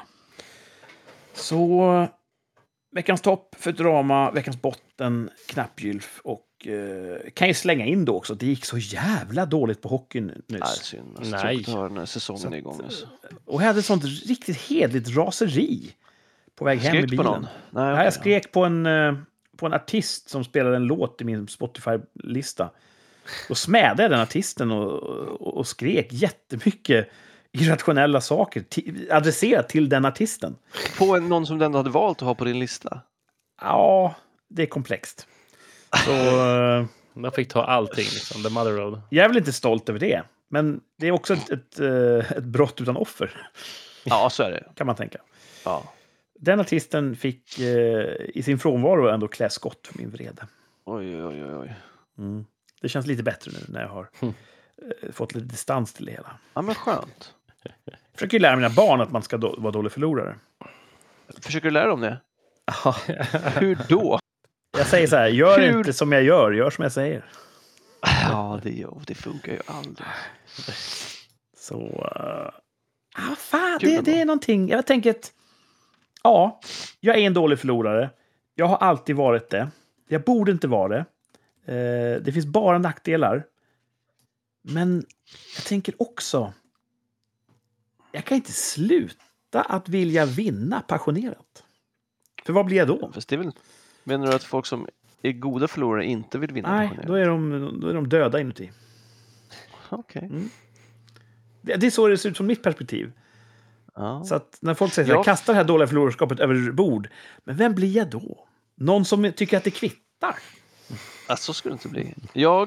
Så veckans topp för drama, veckans botten, knappgylf och kan ju slänga in då också. Det gick så jävla dåligt på hockeyn nyss. Nej, synd. Nej. När säsongen är igång. Alltså. Och jag hade sånt riktigt hedligt raseri på väg hem i bilen. På någon? Nej, jag skrek på en artist som spelade en låt i min Spotify-lista. Då smädade jag den artisten och skrek jättemycket irrationella saker adresserat till den artisten. På någon som den hade valt att ha på din lista? Ja, det är komplext. Så man fick ta allting, liksom, the mother road. Jag är väl inte stolt över det. Men det är också ett brott utan offer. Ja, så är det. Kan man tänka. Ja. Den artisten fick i sin frånvaro ändå klä skott för min vrede. Oj. Det känns lite bättre nu när jag har fått lite distans till det hela. Ja, men skönt. Jag försöker lära mina barn att man ska vara dålig förlorare. Försöker du lära dem det? Hur då? Jag säger så här, gör inte som jag gör som jag säger. Ja, det funkar ju aldrig. Så... fan, det är någonting. Jag tänker att... Ja, jag är en dålig förlorare. Jag har alltid varit det. Jag borde inte vara det. Det finns bara nackdelar. Men jag tänker också... Jag kan inte sluta att vilja vinna passionerat. För vad blir jag då? Fast det är väl, menar du att folk som är goda förlorare inte vill vinna passionerat? Nej, då är de döda inuti. Okej. Det är så det ser ut från mitt perspektiv. Ja. Så att när folk säger att jag kastar det här dåliga förlorarskapet över bord. Men vem blir jag då? Någon som tycker att det kvittar? Alltså, så skulle det inte bli.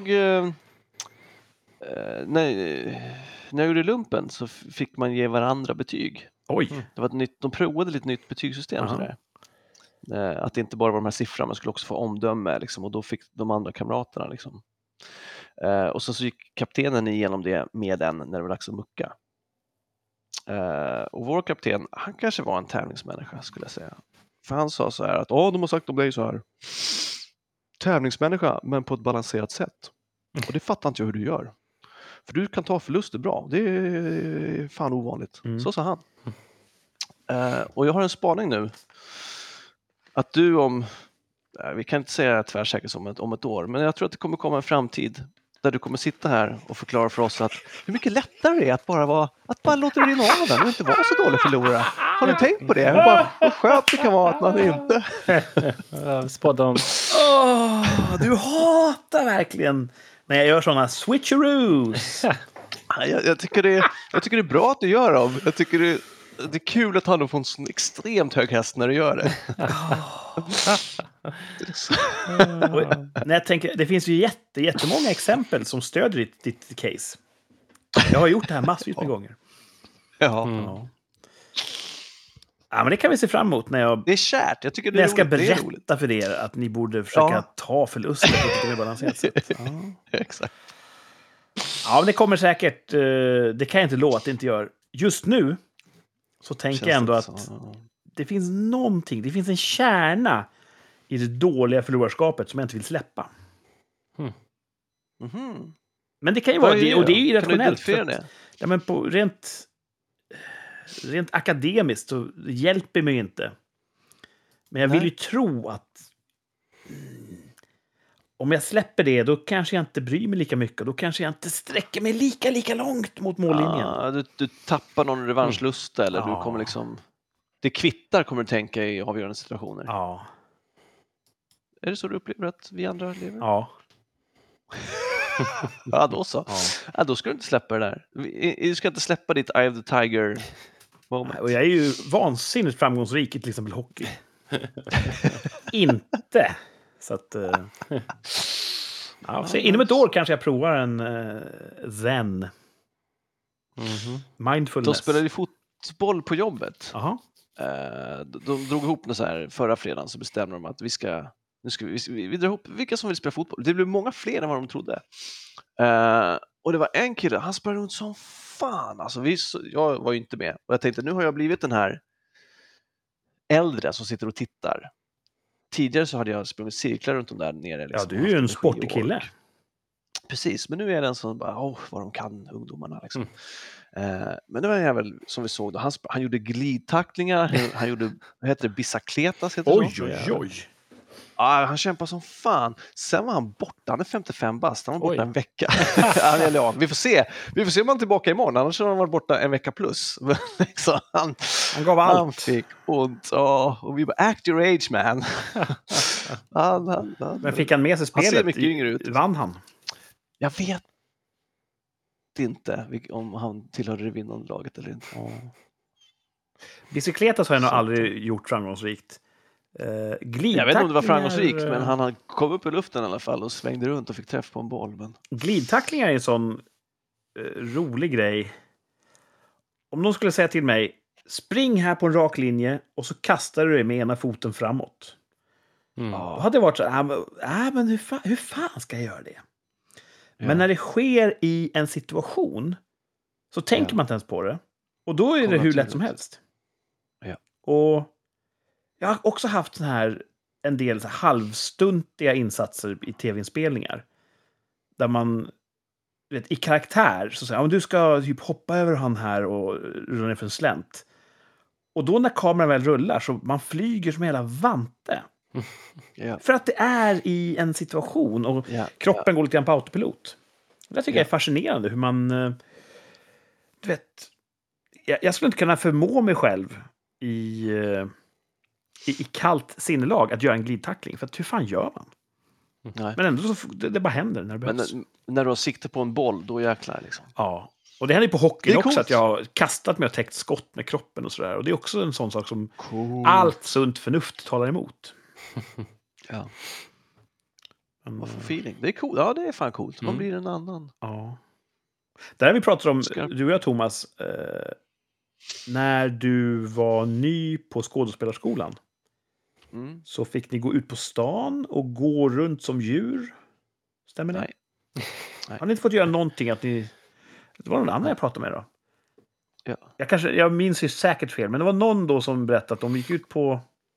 När jag gjorde lumpen så fick man ge varandra betyg. Oj. Det var de provade lite nytt betygssystem. Sådär. Att det inte bara var de här siffrorna, man skulle också få omdöme. Liksom, och då fick de andra kamraterna. Liksom. Och så gick kaptenen igenom det med en när det var dags att mucka. Och vår kapten, han kanske var en tävlingsmänniska skulle jag säga. För han sa så här att de har sagt om dig så här. Tävlingsmänniska, men på ett balanserat sätt. Och det fattar inte jag hur du gör. För du kan ta förluster bra. Det är fan ovanligt. Så sa han. Och jag har en spaning nu. Att du vi kan inte säga tvärsäkert om ett år. Men jag tror att det kommer komma en framtid. där du kommer sitta här och förklara för oss att hur mycket lättare det är att bara låta det rinna av den och inte vara så dålig förlorare. Har du tänkt på det? Vad skönt det kan vara att man inte... Spådom. Du hatar verkligen när jag gör sådana switcheroos. Jag tycker det är bra att du gör dem. Jag tycker det är kul att ha någon på en sån extremt hög häst när du gör det. När jag tänker, det finns ju jättemånga exempel som stödjer ditt case. Jag har gjort det här massvis med gånger. Ja. Ja, men det kan vi se fram emot när jag... Det är kärt. Jag tycker när jag ska berätta för er att ni borde försöka ta förluster på ett mer balanserat sätt. Exakt. Ja, men det kommer säkert... Det kan jag inte lova att det inte gör. Just nu så tänker jag ändå att det finns någonting. Det finns en kärna i det dåliga förlorarskapet som jag inte vill släppa. Men det kan ju vara... Och det är ju irrationellt. För det? Ja, men på rent akademiskt så hjälper mig inte. Men jag vill ju tro att om jag släpper det, då kanske jag inte bryr mig lika mycket. Då kanske jag inte sträcker mig lika långt mot mållinjen. Du tappar någon revanschlust eller du kommer liksom... Det kvittar kommer du tänka i avgörande situationer. Ja. Är det så du upplever att vi andra lever? Ja. Ja, då så. Ja, då ska du inte släppa det där. Du ska inte släppa ditt Eye of the Tiger moment. Och jag är ju vansinnigt framgångsrik i till exempel hockey. Inte. Så att... så inom ett år kanske jag provar en zen. Mindfulness. De spelade fotboll på jobbet. Aha. De drog ihop något så här förra fredagen, så bestämde de att vi drar ihop vilka som vill spela fotboll. Det blev många fler än vad de trodde. Och det var en kille, han spelade runt som fan. Alltså, jag var ju inte med. Och jag tänkte, nu har jag blivit den här äldre som sitter och tittar. Tidigare så hade jag sprungit cirklar runt de där nere. Liksom, du är ju en sportig kille. Precis, men nu är det en som bara, vad de kan, ungdomarna liksom. Men det var en jävel som vi såg då. Han gjorde glidtacklingar, han gjorde, vad heter det, bicicletas heter det. Oj. Ja, han kämpar som fan. Sen var han borta, han är 55 bast, han var borta en vecka. Vi får se om han är tillbaka imorgon, annars har han varit borta en vecka plus. Så han gav allt. Han fick ont. Och vi bara, act your age man. Men fick han med sig spelet? Han ser mycket yngre ut. Vann han? Jag vet inte om han tillhörde det vinnande laget eller inte. Bicicletas har jag nog aldrig gjort framgångsrikt. Jag vet inte om det var framgångsrikt, men han kom upp i luften i alla fall och svängde runt och fick träff på en boll. Men... Glidtacklingar är en sån rolig grej. Om någon skulle säga till mig, spring här på en rak linje och så kastar du dig med ena foten framåt. Då hade det varit så här, men hur fan ska jag göra det? Men när det sker i en situation så tänker man inte ens på det. Och då är det hur lätt som helst. Ja. Och jag har också haft en del halvstuntiga insatser i tv-inspelningar. Där man i karaktär så säger du ska typ hoppa över han här och rulla ner för en slänt. Och då när kameran väl rullar så man flyger som hela vante. För att det är i en situation och kroppen går lite grann på autopilot. Det tycker jag är fascinerande hur man... Du vet, jag skulle inte kunna förmå mig själv i kallt sinnelag att göra en glidtackling. För att hur fan gör man? Nej. Men ändå så det bara händer när det behövs. Men när du har sikte på en boll, då jäklar liksom. Ja. Och det händer ju på hockeyn också att jag har kastat mig och täckt skott med kroppen och sådär. Och det är också en sån sak som allt sunt förnuft talar emot. Ja. Vad för feeling. Det är coolt. Ja, det är fan coolt. Man blir en annan. Ja. Där har vi pratat om, du och jag Thomas, när du var ny på skådespelarskolan. Så fick ni gå ut på stan och gå runt som djur. Stämmer det? Nej. Har ni inte fått göra någonting att ni... Det var någon annan jag pratade med då. Ja. Jag minns ju säkert fel, men det var någon då som berättade att de gick ut på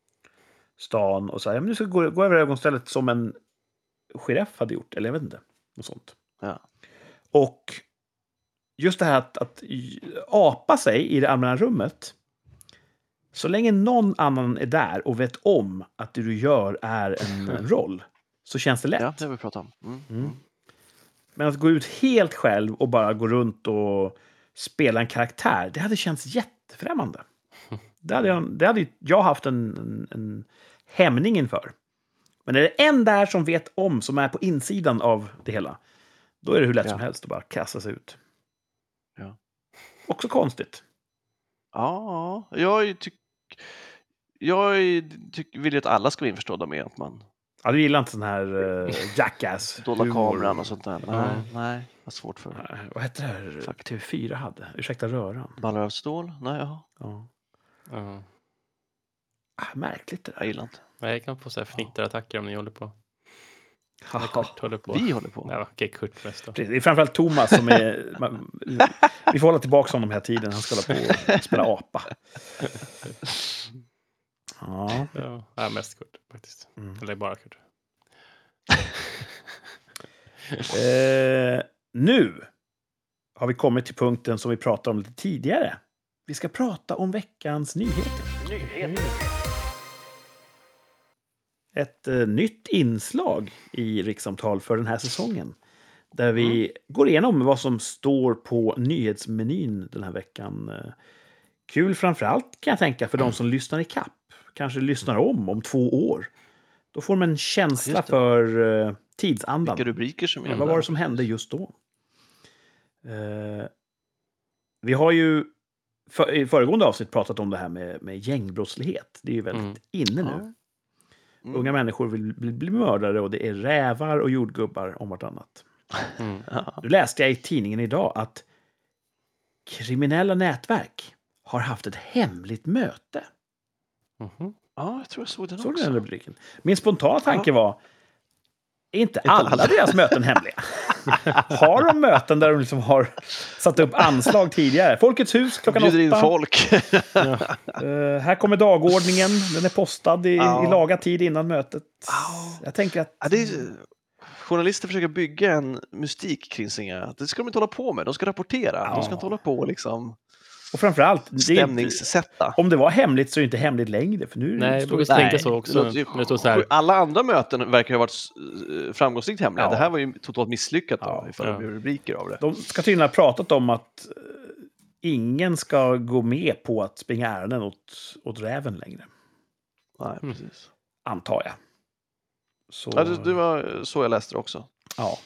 stan och sa, men du ska gå över ögonstället som en sheriff hade gjort, eller jag vet inte, något sånt. Ja. Och just det här att apa sig i det allmänna rummet, så länge någon annan är där och vet om att det du gör är en roll, så känns det lätt. Ja, det har vi pratat om. Men att gå ut helt själv och bara gå runt och spela en karaktär, det hade känts jättefrämmande. Det hade jag haft en hämning inför. Men är det en där som vet om, som är på insidan av det hela, då är det hur lätt som helst att bara kasta sig ut. Ja. Också konstigt. Ja, jag vill att alla ska vara införstådda med att man... Ja, du gillar inte sån här Jackass. Dolda kameran och sånt där. Nej, vad svårt för. Vad hette det här TV4 hade? Ursäkta röran. Ballar av stål? Nej, Ja. Ja. Märkligt det där. Jag gillar inte. Jag kan få så här fnitterattacker om ni håller på. Haha. Kurt håller på. Vi håller på. Ja, okej, Kurt mest då. Precis, det är framförallt Thomas som är... vi får hålla tillbaka honom hela tiden. Han ska hålla på och spela apa. Ja, mest Kurt faktiskt. Eller bara Kurt. Nu har vi kommit till punkten som vi pratade om lite tidigare. Vi ska prata om veckans nyheter. Ett nytt inslag i Rikssamtal för den här säsongen. Där vi går igenom vad som står på nyhetsmenyn den här veckan. Kul framförallt kan jag tänka för de som lyssnar i kapp. Kanske lyssnar om 2 år. Då får man en känsla för tidsandan. Vilka rubriker som vad var det som hände just då? Vi har ju i föregående avsnitt pratat om det här med gängbrottslighet. Det är ju väldigt inne nu. Unga människor vill bli mördare och det är rävar och jordgubbar om vartannat. Nu läste jag i tidningen idag att kriminella nätverk har haft ett hemligt möte. Ja, jag tror jag såg den Såg också. den rubriken? Min spontana tanke var, är inte alla deras möten hemliga? Har de möten där de liksom har satt upp anslag tidigare? Folkets hus klockan 8. Bjuder in folk. Här kommer dagordningen. Den är postad i laga tid innan mötet. Jag tänker att... Journalister försöker bygga en mystik kring singa. Det ska de inte hålla på med. De ska rapportera. De ska inte hålla på liksom... Och framförallt, stämningssätta. Om det var hemligt så är det inte hemligt längre. För nu jag brukar tänka så också. Så här. Alla andra möten verkar ha varit framgångsrikt hemliga. Det här var ju totalt misslyckat då, ifall det blir rubriker av det. De ska tydligen ha pratat om att ingen ska gå med på att springa ärenden åt räven längre. Nej, precis. Antar jag. Så... Ja, det var så jag läste det också. Ja.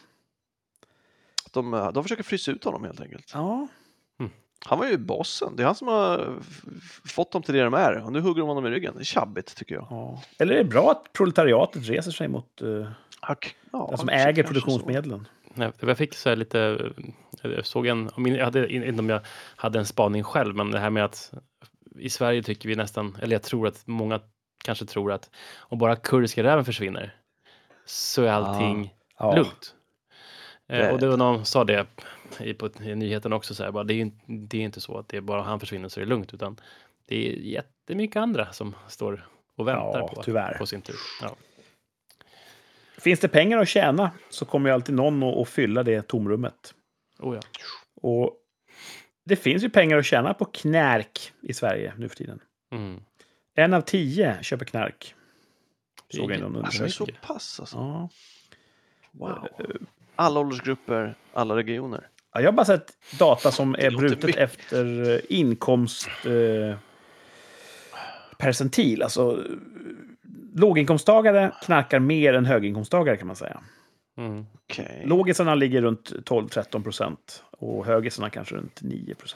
De försöker frysa ut honom helt enkelt. Ja. Han var ju bossen. Det är han som har fått dem till det de är. Och nu hugger de honom i ryggen. Det är tjabbigt, tycker jag. Ja. Eller är det bra att proletariatet reser sig mot den som äger produktionsmedlen? Nej, jag fick så här lite... Jag såg inte om jag hade en spaning själv, men det här med att i Sverige tycker vi nästan... Eller jag tror att många kanske tror att om bara kurdiska räven försvinner så är allting lugnt. Och det var någon som sa det i nyheten också, så här, bara, det är inte så att det är bara han försvinner så är det lugnt, utan det är jättemycket andra som står och väntar på sin tur. Ja. Finns det pengar att tjäna så kommer ju alltid någon att fylla det tomrummet. Och det finns ju pengar att tjäna på knark i Sverige nu för tiden. 1 av 10 köper knark. Såg jag någon alltså, så pass alltså. Ja. Wow. Alla åldersgrupper, alla regioner. Ja, jag har bara sett data som är brutet efter inkomst percentil. Alltså låginkomsttagare knarkar mer än höginkomsttagare kan man säga. Okay. Lågisarna ligger runt 12-13% och högisarna kanske runt 9%.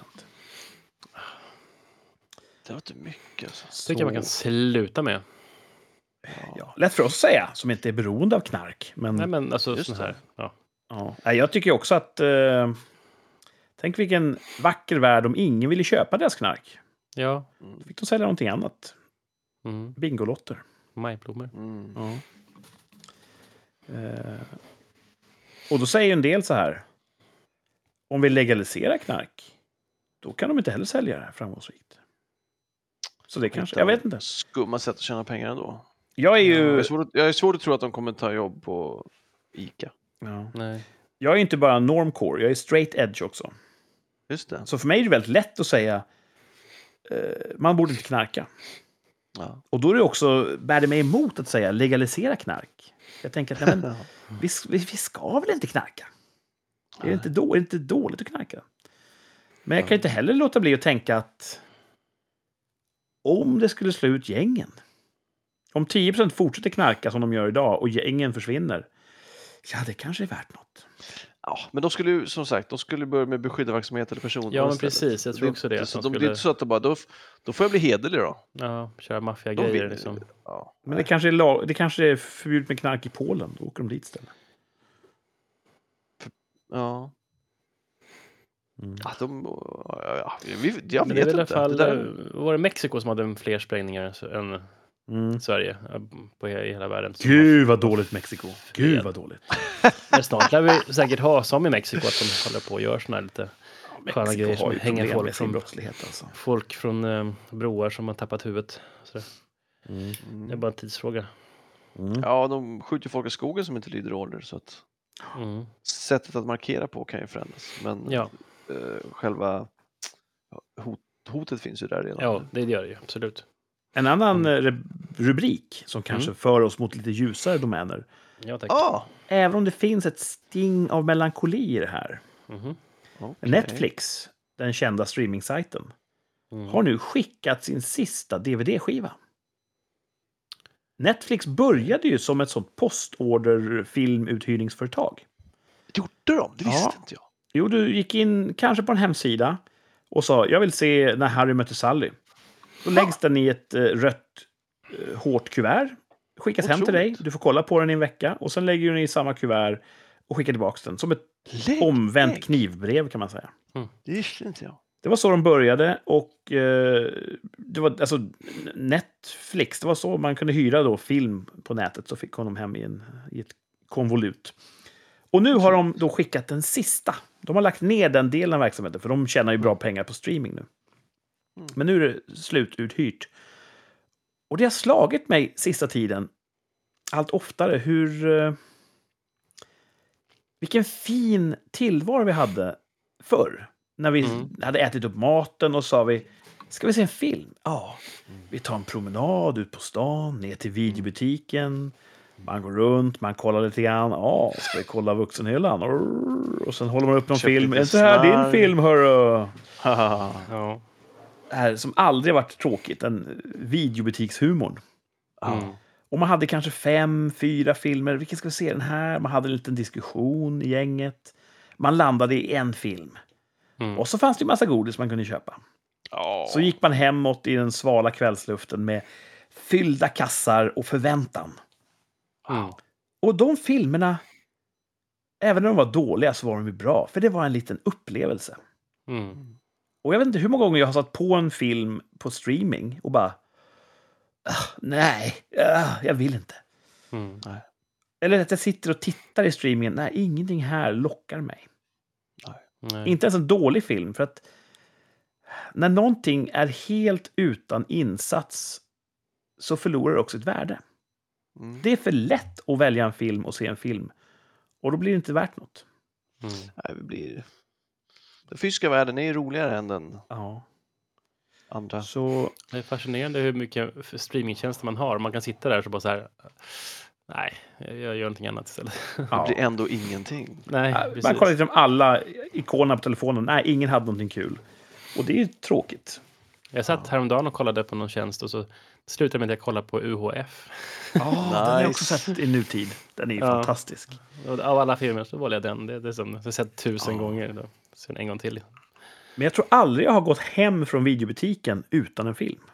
Det var inte mycket. Alltså. Tycker jag man kan sluta med. Ja, lätt för oss att säga, som inte är beroende av knark. Men, nej, men alltså sån här. Ja, jag tycker också att... tänk vilken vacker värld om ingen ville köpa deras knark. Ja. Då fick de sälja någonting annat. Bingolotter. Majblommor. Ja. Och då säger en del så här. Om vi legaliserar knark, då kan de inte heller sälja det här framgångsrikt. Så det kanske... Jag vet inte. Skumma sätt att tjäna pengar ändå. Jag är svårt att tro att de kommer ta jobb på ICA. Ja. Nej. Jag är inte bara normcore, jag är straight edge också. Just det. Så för mig är det väldigt lätt att säga man borde inte knarka. Ja. Och då är det också, bär det mig emot att säga legalisera knark. Jag tänker att vi ska väl inte knarka? Är det inte dåligt att knarka? Men jag kan inte heller låta bli att tänka att om det skulle slå ut gängen, om 10% fortsätter knarka som de gör idag och gängen försvinner, ja, det kanske är värt något. Ja, men de skulle ju, som sagt, börja med beskyddarverksamhet eller personer. Ja, men precis. Jag tror också det. Så det är inte så att då får jag bli hederlig då. Ja, köra maffiagrejer liksom. Ja, Men det kanske är förbjudet med knark i Polen. Då åker de dit istället. Ja. Mm. Jag Men vet det är väl i alla inte. fall, Det där... var det Mexiko som hade fler sprängningar än Sverige i hela världen? Gud vad dåligt Mexiko. Gud vad dåligt. Men snart lär vi säkert ha som i Mexiko att de håller på och gör såna här lite sköna grejer som hänger folk från brottslighet alltså. Folk från broar som har tappat huvudet. Sådär. Det är bara en tidsfråga. Ja, de skjuter folk i skogen som inte lyder order, så att sättet att markera på kan ju förändras. Men själva hotet finns ju där redan. Ja, det gör det ju, absolut. En annan rubrik som kanske för oss mot lite ljusare domäner. Ja, tack. Även om det finns ett sting av melankoli i det här. Okay. Netflix, den kända streamingsajten, har nu skickat sin sista DVD-skiva. Netflix började ju som ett sånt postorder-filmuthyrningsföretag. Gjorde de? Det visste inte jag. Jo, du gick in kanske på en hemsida och sa, jag vill se När Harry mötte Sally. Då läggs den i ett rött hårt kuvert. Skickas hem till dig. Du får kolla på den i en vecka. Och sen lägger du den i samma kuvert och skickar tillbaka den. Som ett omvänt knivbrev kan man säga. Det visste inte jag. Det var så de började. Och det var alltså Netflix. Det var så man kunde hyra då film på nätet. Så kom de hem i ett konvolut. Och nu har de då skickat den sista. De har lagt ner den delen av verksamheten. För de tjänar ju bra pengar på streaming nu. Men nu är det slututhyrt. Och det har slagit mig sista tiden allt oftare vilken fin tillvaro vi hade förr. När vi hade ätit upp maten och sa vi, ska vi se en film? Ja, vi tar en promenad ut på stan, ner till videobutiken. Man går runt, man kollar lite grann. Ja, ska vi kolla vuxenhyllan? Och sen håller man upp någon film. Är inte här din film, hörru? Ja. Det här som aldrig varit tråkigt, en videobutikshumorn. Och man hade kanske 5-4 filmer. Vilken ska vi se den här? Man hade en liten diskussion i gänget. Man landade i en film. Och så fanns det en massa godis man kunde köpa. Så gick man hemåt i den svala kvällsluften med fyllda kassar och förväntan. Och de filmerna, även när de var dåliga så var de ju bra. För det var en liten upplevelse. Och jag vet inte hur många gånger jag har satt på en film på streaming och bara nej, jag vill inte. Eller att jag sitter och tittar i streamingen. Nej, ingenting här lockar mig. Nej. Inte ens en dålig film. För att när någonting är helt utan insats så förlorar det också ett värde. Det är för lätt att välja en film och se en film. Och då blir det inte värt något. Nej, den fysiska världen är ju roligare än den andra. Så det är fascinerande hur mycket streamingtjänster man har. Man kan sitta där och bara så här, nej, jag gör någonting annat istället. Det blir ändå ingenting. Nej, man kollar liksom alla ikoner på telefonen. Nej, ingen hade någonting kul. Och det är ju tråkigt. Jag satt häromdagen och kollade på någon tjänst och så slutade med att jag kollade på UHF. Den har jag också sett i nutid. Den är ju fantastisk. Och av alla filmer så valde jag den. Det är som jag har sett 1000 gånger. Då. Sen en gång till. Men jag tror aldrig jag har gått hem från videobutiken utan en film.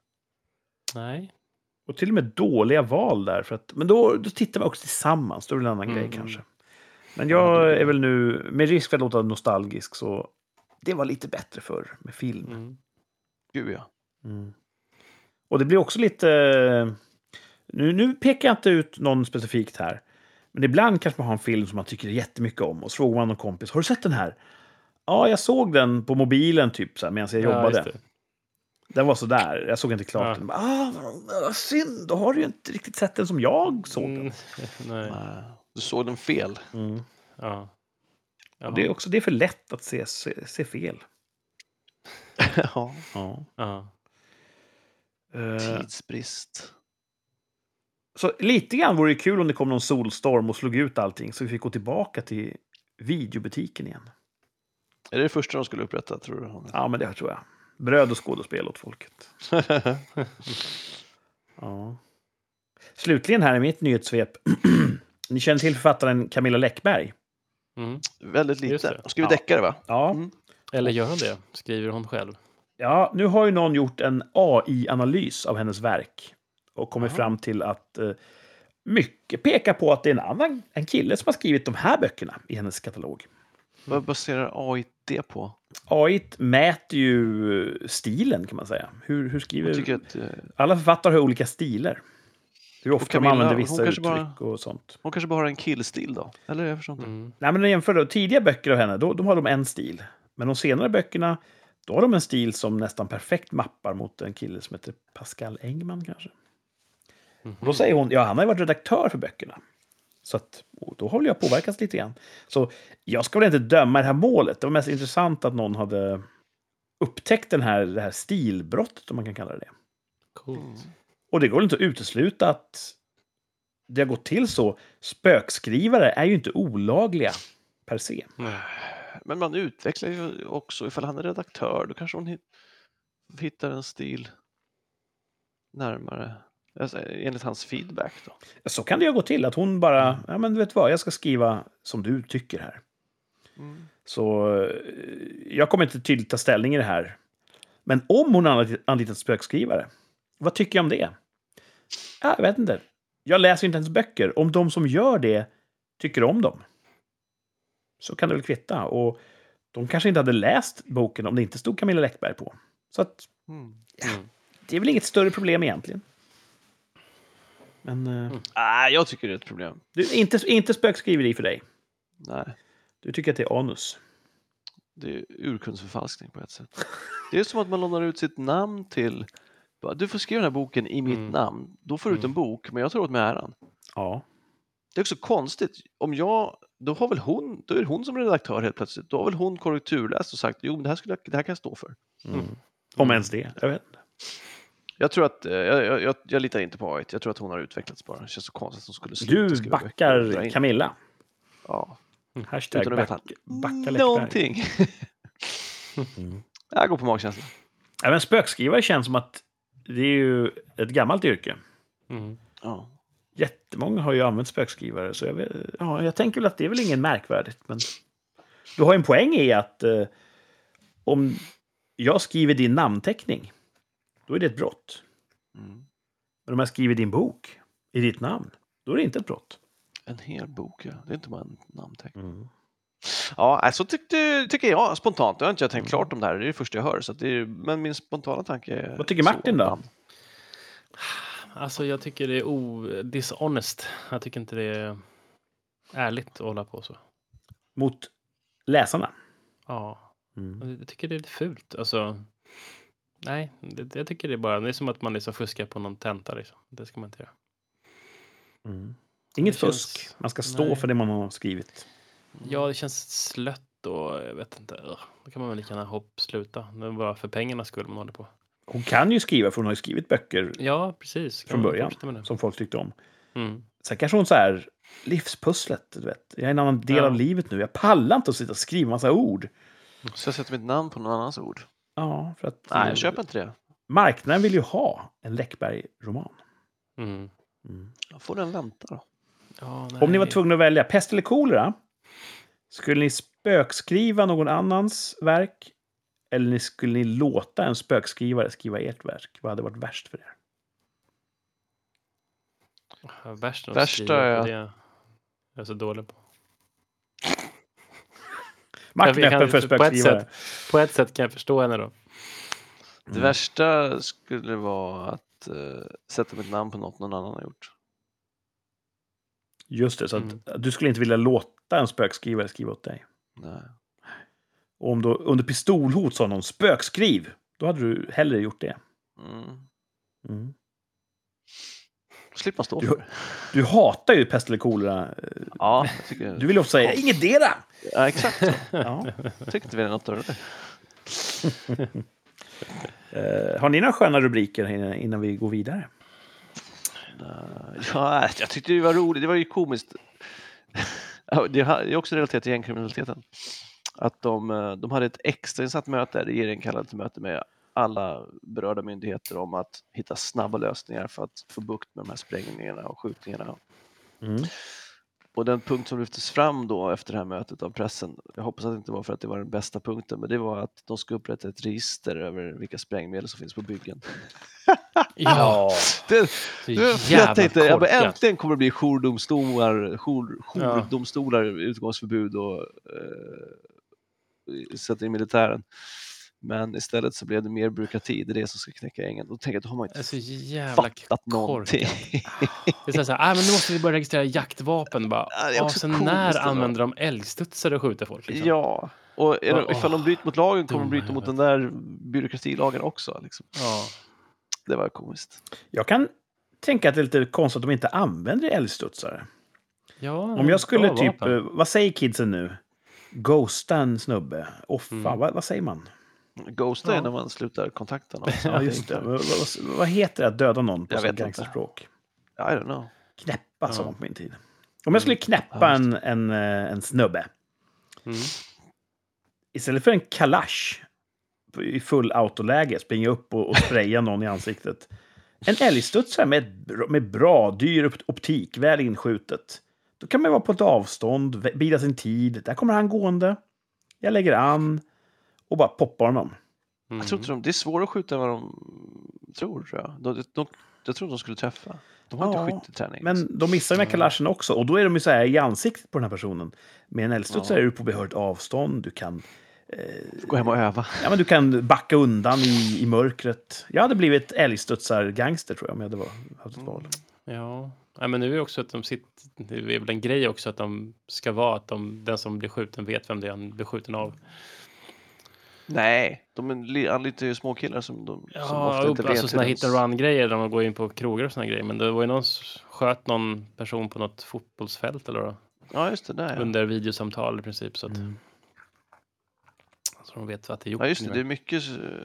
Nej. Och till och med dåliga val där. Men då tittar vi också tillsammans. Då är det en annan grej kanske. Men jag är väl nu, med risk för att låta nostalgisk, så det var lite bättre förr med film. Gud ja. Och det blir också lite... Nu pekar jag inte ut någon specifikt här. Men ibland kanske man har en film som man tycker jättemycket om. Och så frågar man någon kompis, har du sett den här? Ja, jag såg den på mobilen typ så här, medan jag jobbade. Den var så där. Jag såg inte klart den. Synd, då har du ju inte riktigt sett den som jag såg den. Nej. Du såg den fel. Ja. Det är också för lätt att se fel. Tidsbrist. Så lite grann vore det kul om det kom någon solstorm och slog ut allting. Så vi fick gå tillbaka till videobutiken igen. Är det det första de skulle upprätta, tror du? Ja, men det tror jag. Bröd och skådespel åt folket. Ja. Slutligen här är mitt nyhetssvep. Ni känner till författaren Camilla Läckberg? Väldigt Just lite. det. Hon skriver deckare, va? Ja. Eller gör hon det? Skriver hon själv? Ja, nu har ju någon gjort en AI-analys av hennes verk och kommit fram till att mycket pekar på att det är en kille som har skrivit de här böckerna i hennes katalog. Vad baserar AI det på? AI mäter ju stilen, kan man säga. Hur skriver... Jag tycker att, Alla författare har olika stilar. Hur ofta Camilla, de använder vissa uttryck bara, och sånt. hon kanske bara har en killstil då? Eller jag förstår inte. Nej, men när jag jämför då, tidiga böcker av henne, då har de en stil. Men de senare böckerna, då har de en stil som nästan perfekt mappar mot en kille som heter Pascal Engman kanske. Och då säger hon, han har ju varit redaktör för böckerna. Så att, då håller jag påverkats lite grann. Så jag ska väl inte döma det här målet. Det var mest intressant att någon hade upptäckt det här stilbrottet, om man kan kalla det. Coolt. Och det går inte att utesluta att det har gått till så. Spökskrivare är ju inte olagliga per se. Men man utvecklar ju också, ifall han är redaktör, då kanske hon hittar en stil närmare, alltså, enligt hans feedback då. Så kan det ju gå till, att hon bara, ja men vet vad, jag ska skriva som du tycker här. Så jag kommer inte tydligt ta ställning i det här. Men om hon har anlitat spökskrivare, vad tycker jag om det? Ja, jag vet inte. Jag läser inte ens böcker. Om de som gör det tycker om dem, så kan det väl kvitta. Och de kanske inte hade läst boken om det inte stod Camilla Läckberg på. Så att, det är väl inget större problem egentligen. Men... jag tycker det är ett problem. Inte spökskriveri för dig. Nej. Du tycker att det är anus. Det är urkundsförfalskning på ett sätt. Det är som att man lånar ut sitt namn till... Du får skriva den här boken i mitt namn. Då får du ut en bok, men jag tar åt mig äran. Ja. Det är också konstigt. Då är det hon som är redaktör helt plötsligt. Då har väl hon korrekturläst och sagt, jo, men det här kan jag stå för. Om ens det, jag vet inte. Jag tror att, jag litar inte på AI. Jag tror att hon har utvecklats bara. Det känns så konstigt att hon skulle sluta Du skriva backar Camilla. Ja. Hashtag Utan att veta backa Läckberg. någonting. Jag går på magkänsla. Även spökskrivare känns som att det är ju ett gammalt yrke. Ja. Jättemånga har ju använt spökskrivare. Så jag tänker väl att det är väl ingen märkvärdigt. Men du har en poäng i att om jag skriver din namnteckning, då är det ett brott. Men om jag skriver din bok i ditt namn, då är det inte ett brott. En hel bok, ja. Det är inte bara en namnteckning. Ja, så tycker jag spontant. Jag har inte tänkt klart om det här. Det är det första jag hör. Så men min spontana tanke är... Vad tycker Martin då? Alltså jag tycker det är dishonest. Jag tycker inte det är ärligt att hålla på så. Mot läsarna? Ja. Jag tycker det är lite fult. Alltså, nej, jag tycker det är som att man liksom fuskar på någon tenta. Liksom. Det ska man inte göra. Inget fusk. Man ska stå för det man har skrivit. Ja, det känns slött och jag vet inte. Då kan man väl lika gärna sluta. Det är bara för pengarnas skull man håller på. Hon kan ju skriva, för hon har ju skrivit böcker precis. från början som folk tyckte om. Sen kanske hon så här, livspusslet, du vet. Jag är en annan del av livet nu. Jag pallar inte att sitta och skriva massa ord. Så jag sätter mitt namn på någon annans ord? Ja, för att... Nej, jag köper inte det. Marknaden vill ju ha en Läckberg-roman. Jag får den vänta då. Ja, om ni var tvungna att välja pest eller kolera, skulle ni spökskriva någon annans verk, eller skulle ni låta en spökskrivare skriva ert verk? Vad hade varit värst för er? Värsta är jag är så dålig på. Martin öppen för spökskrivare. På ett sätt kan jag förstå henne då. Det värsta skulle vara att sätta mitt namn på något någon annan har gjort. Just det, så att du skulle inte vilja låta en spökskrivare skriva åt dig. Nej. Och om då under pistolhot sa någon spökskriv, då hade du hellre gjort det. Slipper man stå för det. Du hatar ju pest eller kolera. Ja, jag tycker... Du vill också säga ingetdera. Ja, exakt så. Jag tycker inte vi är något av det. Har ni några sköna rubriker innan vi går vidare? Ja, jag tyckte det var roligt. Det var ju komiskt. Ja, det är också relaterat till gängkriminaliteten. Att de hade ett extrainsatt möte, regeringen kallade till möte med alla berörda myndigheter om att hitta snabba lösningar för att få bukt med de här sprängningarna och skjutningarna. Och den punkt som lyftes fram då efter det här mötet av pressen, jag hoppas att det inte var för att det var den bästa punkten, men det var att de ska upprätta ett register över vilka sprängmedel som finns på byggen. Ja, Jag tänkte, äntligen kommer det bli jourdomstolar, utgångsförbud och sätta in militären. Men istället så blev det mer byråkrati, det är det som ska knäcka ängen. Då tänker jag, då har man inte fattat någonting. Det är så här, men nu måste vi börja registrera jaktvapen. Sen när använder de älgstudsare och skjuter folk? Liksom? Ja, och ifall de bryter mot lagen kommer de bryta mot den där byråkratilagen också. Liksom. Ja. Det var komiskt. Jag kan tänka att det är lite konstigt att de inte använder älgstudsare. Ja, om jag skulle typ, vad säger kidsen nu? Ghosta en snubbe. Vad säger man? Ghosta är när man slutar kontakten. Ja, just det. Vad heter det att döda någon på sånt gangsterspråk? I don't know. Knäppa sa man på min tid. Om jag skulle knäppa en snubbe. Istället för en kalash i full autoläge, springa upp och spraya någon i ansiktet. En älgstudsare med bra, dyr optik, väl inskjutet. Då kan man vara på ett avstånd, bida sin tid. Där kommer han gående. Jag lägger an och bara poppar honom. Jag tror inte det är svårare att skjuta än vad de tror jag. Jag tror de skulle träffa. De har inte skytteträning. Men de missar med kalaschen också. Och då är de ju så här i ansiktet på den här personen. Med en älgstudsare är du på behörigt avstånd. Du kan gå hem och öva. Ja, men du kan backa undan i mörkret. Jag hade blivit älgstudsar-gangster tror jag om jag hade haft ett val. Ja, men nu är det också att det är väl en grej också att de ska vara att den som blir skjuten vet vem det är han blir skjuten av. Nej, de anlitar ju små killar som ofta inte vet. Alltså såna hit and run-grejer där man går in på krogar och såna grejer. Men det var ju någon som sköt någon person på något fotbollsfält eller då. Ja, just det. Där, ja. Under videosamtal i princip. Så att så de vet att det är gjort. Ja, just det. Det är mycket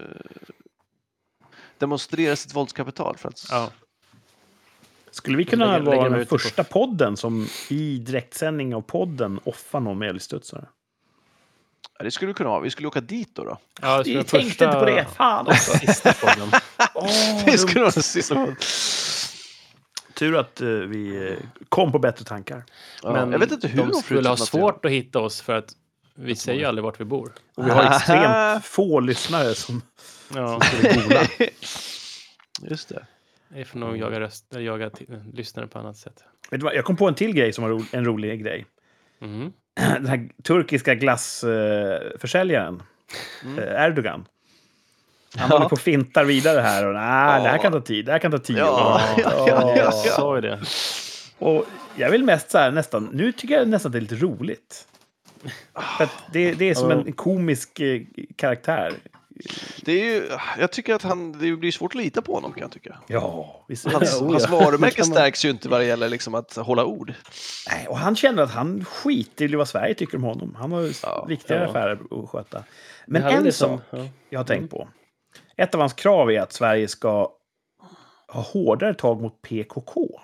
demonstrera sitt våldskapital för att... Ja. Skulle vi kunna vara den första podden som i direktsändning av podden offar någon med älgstudsare? Ja, det skulle vi kunna ha. Vi skulle åka dit då. Ja, vi tänkte inte på det. Fan också. Vi skulle ha den sista. Tur att vi kom på bättre tankar. Men jag vet inte hur de skulle ha svårt att hitta oss för att vi säger ju aldrig vart vi bor. Och vi har extremt få lyssnare som skulle googla. Just det. Det är för nog jaga lyssnare på annat sätt. Vet du vad? Jag kom på en till grej som var en rolig grej. Den här turkiska glassförsäljaren Erdogan. Han håller på och fintar vidare här. Och, det här kan ta tid. Det här kan ta 10 år. Jag sa ju det. Och jag vill mest så här nästan... Nu tycker jag nästan att det är lite roligt. För att det är som en komisk karaktär. Det är ju, jag tycker att det blir svårt att lita på honom kan jag tycka. Ja, visst. Hans varumärke stärks ju inte vad det gäller liksom att hålla ord. Nej, och han känner att han skiter i vad Sverige tycker om honom. Han har viktigare affärer att sköta. Men en sak jag har tänkt på. Ett av hans krav är att Sverige ska ha hårdare tag mot PKK.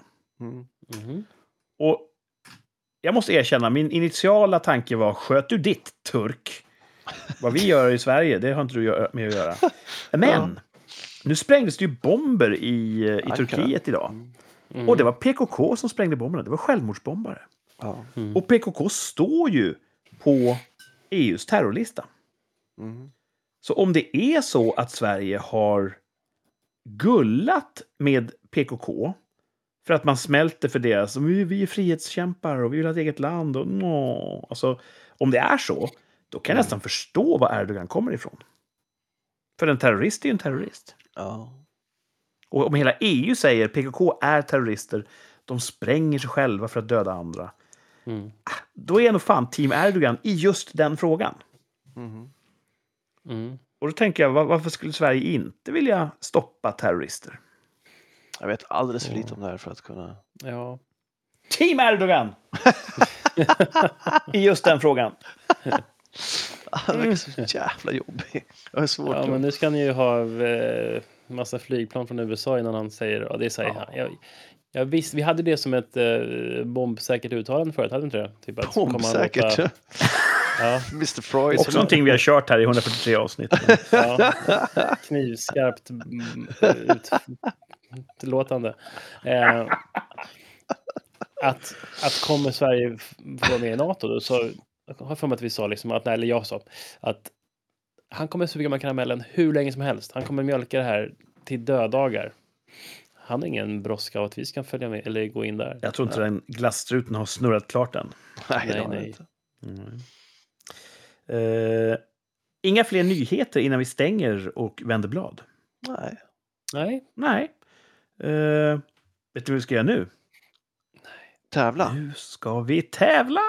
Och jag måste erkänna, min initiala tanke var, sköt du ditt, turk? Vad vi gör i Sverige, det har inte du med att göra. Men nu sprängdes det ju bomber i Turkiet idag. Och det var PKK som sprängde bomberna. Det var självmordsbombare. Och PKK står ju på EUs terrorlista. Så om det är så att Sverige har gullat med PKK för att man smälter för deras, vi är frihetskämpar och vi vill ha ett eget land och alltså, om det är så, då kan jag nästan förstå var Erdogan kommer ifrån. För en terrorist är ju en terrorist. Och om hela EU säger PKK är terrorister, de spränger sig själva för att döda andra. Då är jag nog fan team Erdogan i just den frågan. Och då tänker jag, varför skulle Sverige inte vilja stoppa terrorister? Jag vet alldeles för lite om det här för att kunna... Ja. Team Erdogan! I just den frågan. Det är så jävla jobbig. Jag är svårt men nu ska ni ju ha massa flygplan från USA innan han säger... Ja, det säger han. Ja, visst, vi hade det som ett bombsäkert uttalande förut, hade vi inte det? Typ att Bombsäkert. Ja. Mr. Freud. Också någonting vi har kört här i 143 avsnitt. Ja, knivskarpt utlåtande. Att kommer Sverige få vara med i NATO, då så jag har för mig att vi sa liksom att, eller jag sa att han kommer suga med karamellen hur länge som helst. Han kommer mjölka det här till dödagar. Han har ingen brådska av att vi ska följa med eller gå in där. Jag tror inte den glasstruten har snurrat klart än. Nej. Inga fler nyheter innan vi stänger och vänder blad. Nej. Vet du vad vi ska göra nu? Tävla. Nu ska vi tävla!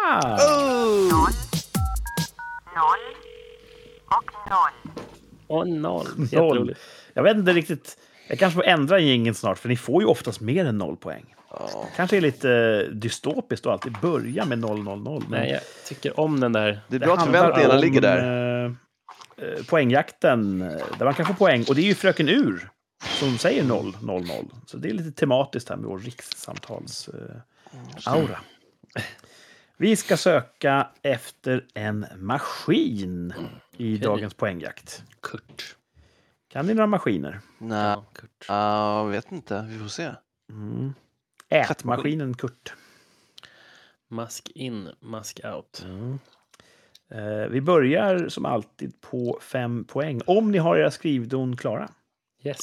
Och noll. Jätteroligt. Jag vet inte riktigt. Jag kanske får ändra jingeln snart, för ni får ju oftast mer än 0 poäng. Kanske är lite dystopiskt att alltid börja med 0, 0, 0. Men Nej, jag tycker om den där. Det är bra att förväntningarna ligger där. Poängjakten, där man kan få poäng. Och det är ju Fröken Ur som säger 0, 0, 0. Så det är lite tematiskt här med vår rikssamtals aura. Vi ska söka efter en maskin i dagens poängjakt. Kurt. Kan ni några maskiner? Nej, Kurt. jag vet inte. Vi får se. Ätmaskinen Kurt. Mask in, mask out. Vi börjar som alltid på 5 poäng. Om ni har era skrivdon klara. Yes.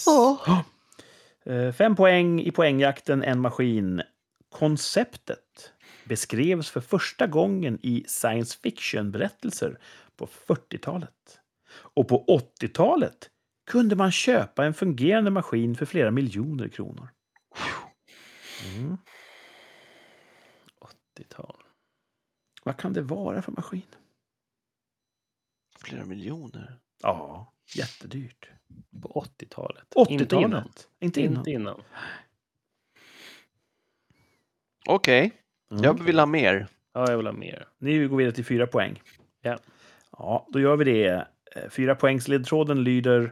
5 poäng i poängjakten, en maskin. Konceptet beskrevs för första gången i science fiction-berättelser på 40-talet. Och på 80-talet kunde man köpa en fungerande maskin för flera miljoner kronor. 80-tal. Vad kan det vara för maskin? Flera miljoner. Ja, jättedyrt. På 80-talet. 80-talet? Inte innan. Okej. Jag vill ha mer. Ja, jag vill ha mer. Ni går vidare till 4 poäng. Ja. Ja, då gör vi det. 4 poängsledtråden lyder: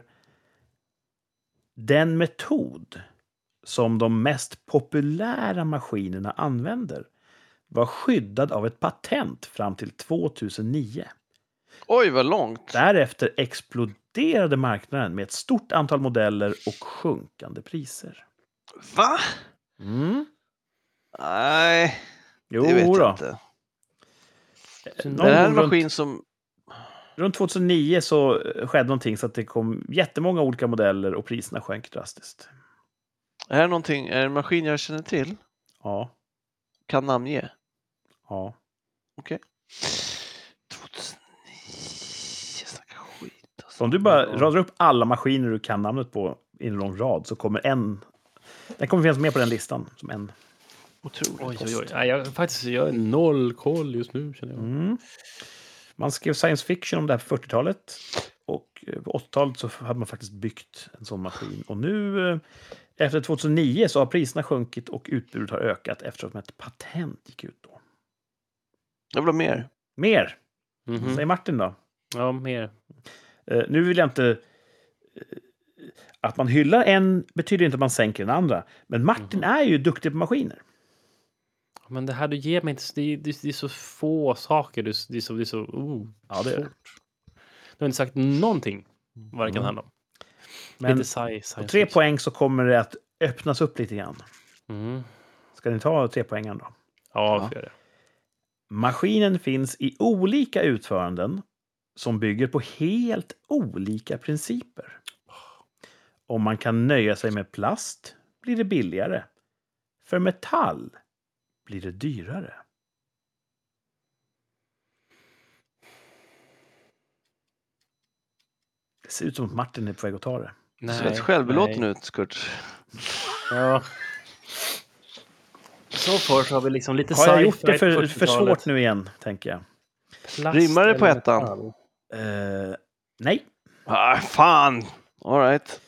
den metod som de mest populära maskinerna använder var skyddad av ett patent fram till 2009. Oj, vad långt. Därefter exploderade marknaden med ett stort antal modeller och sjunkande priser. Va? Nej, Jo, det vet jag då. inte. Någon Det här är en gång maskin som... runt 2009 så skedde någonting så att det kom jättemånga olika modeller och priserna sjönk drastiskt. Är det någonting, är det en maskin jag känner till? Ja. Kan namnge? Ja. Okej. 2009, snacka skit alltså. Så om du bara radar upp alla maskiner du kan namnet på i en lång rad så kommer den kommer finnas med på den listan som en. Otroligt. Oj. Nej, jag är noll koll just nu, känner jag. Man skrev science fiction om det här på 40-talet. Och på 80-talet så hade man faktiskt byggt en sån maskin. Och nu, efter 2009, så har priserna sjunkit och utbudet har ökat eftersom ett patent gick ut då. Jag vill ha mer. Mer? Säger Martin då? Ja, mer. Nu vill jag inte... Att man hyllar en betyder inte att man sänker den andra. Men Martin är ju duktig på maskiner. Men det här du ger mig inte... Det är så få saker. Det är så ja, det är svårt. Du har inte sagt någonting vad det kan handla om. Men på 3 poäng så kommer det att öppnas upp lite grann. Ska ni ta 3 poängen då? Ja, för det. Maskinen finns i olika utföranden som bygger på helt olika principer. Om man kan nöja sig med plast blir det billigare. För metall blir det dyrare. Det ser ut som att Martin är på väg att ta det. Du ser rätt självbelåten ut, Kurt. Ja. Så först har vi liksom lite har jag gjort det för svårt nu igen, tänker jag. Rimmar det på ettan? Nej. Fan! All right.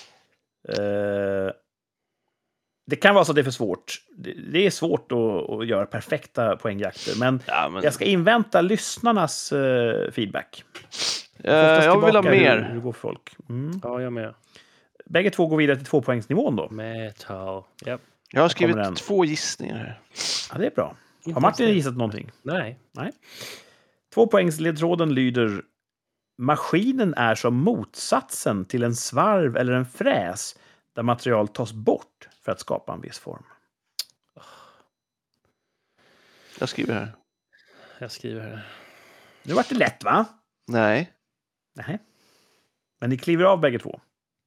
Det kan vara så att det är för svårt. Det är svårt att göra perfekta poängjakter. Men jag ska invänta lyssnarnas feedback. Jag vill ha mer. Hur går folk? Ja, jag med. Bägge två går vidare till 2-poängsnivån då. Metal. Yep. Jag har skrivit 2 gissningar här. Ja, det är bra. Har Martin gissat någonting? Nej. 2-poängsledtråden lyder: maskinen är som motsatsen till en svarv eller en fräs där material tas bort för att skapa en viss form. Jag skriver här. Nu vart det lätt, va? Nej. Men ni kliver av bägge två.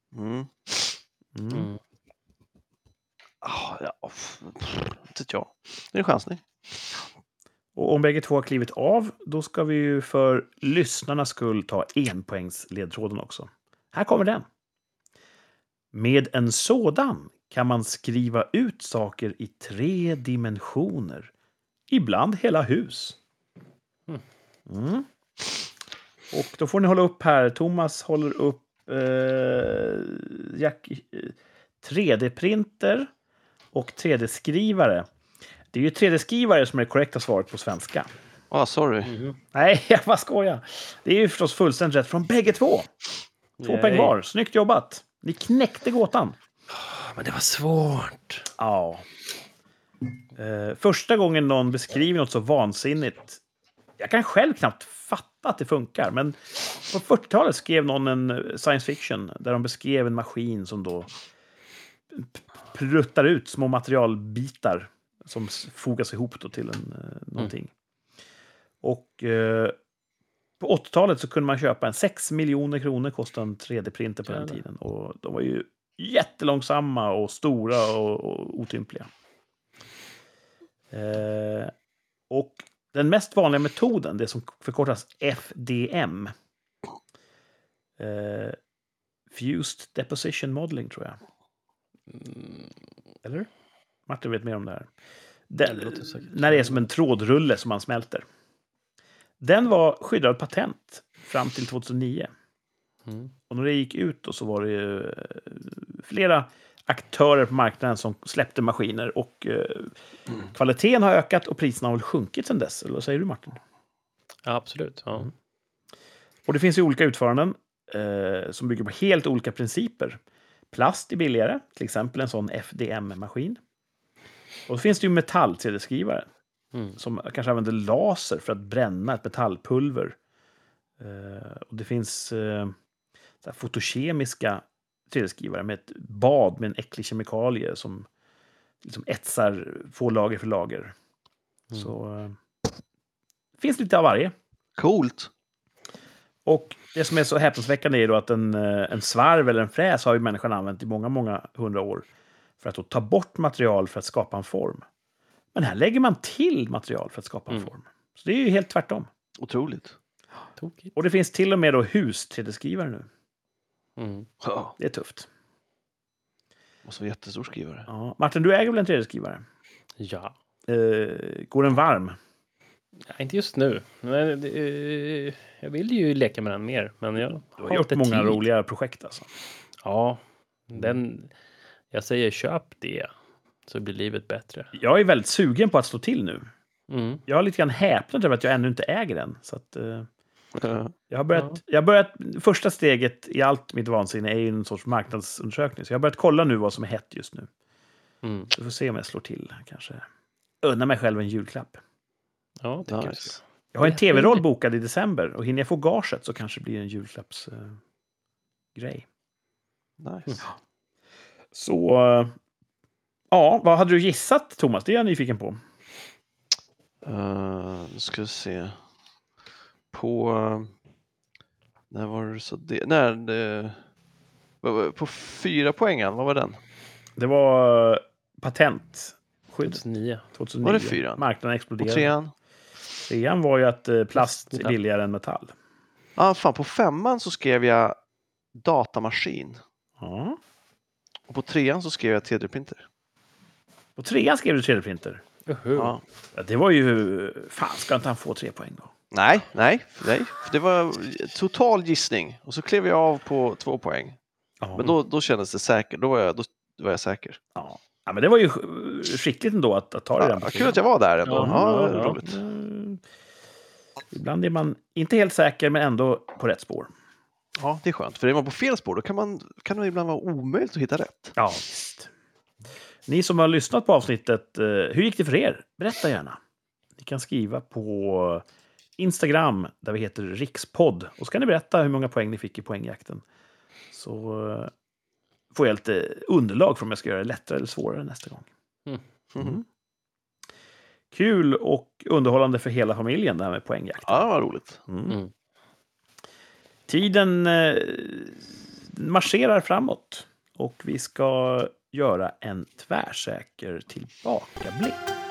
Inte jag. Det är en chansning. Och om bägge två har klivit av, då ska vi ju för lyssnarnas skull ta 1-poängsledtråden också. Här kommer den. Med en sådan kan man skriva ut saker i 3 dimensioner. Ibland hela hus. Och då får ni hålla upp här. Thomas håller upp 3D-printer och 3D-skrivare. Det är ju 3D-skrivare som är det korrekta svaret på svenska. Sorry. Nej, jag bara skojar. Det är ju förstås fullständigt rätt från bägge två. 2 poäng var. Snyggt jobbat. Ni knäckte gåtan. Men det var svårt. Ja. Första gången någon beskriver något så vansinnigt. Jag kan själv knappt fatta att det funkar. Men på 40-talet skrev någon en science fiction där de beskrev en maskin som då pruttar ut små materialbitar som fogas ihop då till någonting. Och på 80-talet så kunde man köpa en 6 miljoner kronor kostade en 3D-printer på den tiden. Och de var ju jättelångsamma och stora och otympliga. Och den mest vanliga metoden, det som förkortas FDM. Fused Deposition Modeling, tror jag. Eller? Martin vet mer om det här. När det är som en trådrulle som man smälter. Den var skyddad av patent fram till 2009. Och när det gick ut då så var det ju flera aktörer på marknaden som släppte maskiner. Och kvaliteten har ökat och priserna har väl sjunkit sedan dess. Eller vad säger du, Martin? Ja, absolut. Ja. Och det finns ju olika utföranden som bygger på helt olika principer. Plast är billigare, till exempel en sån FDM-maskin. Och så finns det ju metall-3D-skrivare som kanske använder laser för att bränna ett metallpulver. Och det finns fotokemiska 3D-skrivare med ett bad med en äcklig kemikalie som liksom etsar få lager för lager. Så det finns lite av varje. Coolt. Och det som är så häpnadsväckande är då att en svarv eller en fräs har ju människan använt i många, många 100 år för att då ta bort material för att skapa en form. Men här lägger man till material för att skapa en form. Så det är ju helt tvärtom. Otroligt. Och det finns till och med då hus-3D-skrivare nu. Ja. Det är tufft. Måste vara jättestor skrivare. Ja. Martin, du äger väl en 3D-skrivare? Ja. Går den varm? Ja, inte just nu. Men, jag vill ju leka med den mer. Men jag har gjort många roliga projekt alltså. Ja. Jag säger köp det. Så blir livet bättre. Jag är väldigt sugen på att slå till nu. Jag har lite grann häpnat över att jag ännu inte äger den. Så att, jag har börjat. Första steget i allt mitt vansinne är ju en sorts marknadsundersökning. Så jag har börjat kolla nu vad som är hett just nu. Så får se om jag slår till. Kanske unna mig själv en julklapp. Ja, det kan Nice. jag har en tv-roll bokad i december. Och hinner jag få gaget så kanske det blir en julklappsgrej. Nice. Så, ja, vad hade du gissat, Thomas? Det är jag nyfiken på. Nu ska vi se. På... när var det så det... på 4 poängen, vad var den? Det var patentskydd. 2009. Var det 4? Marknaden exploderade. På 3:an? 3:an var ju att plast är billigare än metall. Fan, på 5:an så skrev jag datamaskin. Ja. Och på 3:an så skrev jag 3D-printer. På 3:an skrev du 3D-printer. Ja. Ja, det var ju... Fan, ska inte han få 3 poäng då? Nej. Det var total gissning. Och så klev jag av på 2 poäng. Ja. Men då kändes det säkert. Då var jag säker. Ja. Ja, men det var ju skickligt ändå att ta det. Ja, kul att jag var där ändå. Ja. Roligt. Ibland är man inte helt säker, men ändå på rätt spår. Ja, det är skönt. För är man på fel spår, då kan det ibland vara omöjligt att hitta rätt. Ja, visst. Ni som har lyssnat på avsnittet, hur gick det för er? Berätta gärna. Ni kan skriva på Instagram där vi heter Rikspodd. Och så kan ni berätta hur många poäng ni fick i poängjakten. Så får jag lite underlag för om jag ska göra det lättare eller svårare nästa gång. Kul och underhållande för hela familjen det här med poängjakten. Ja, vad roligt. Tiden marscherar framåt. Och vi ska göra en tvärsäker tillbakablick.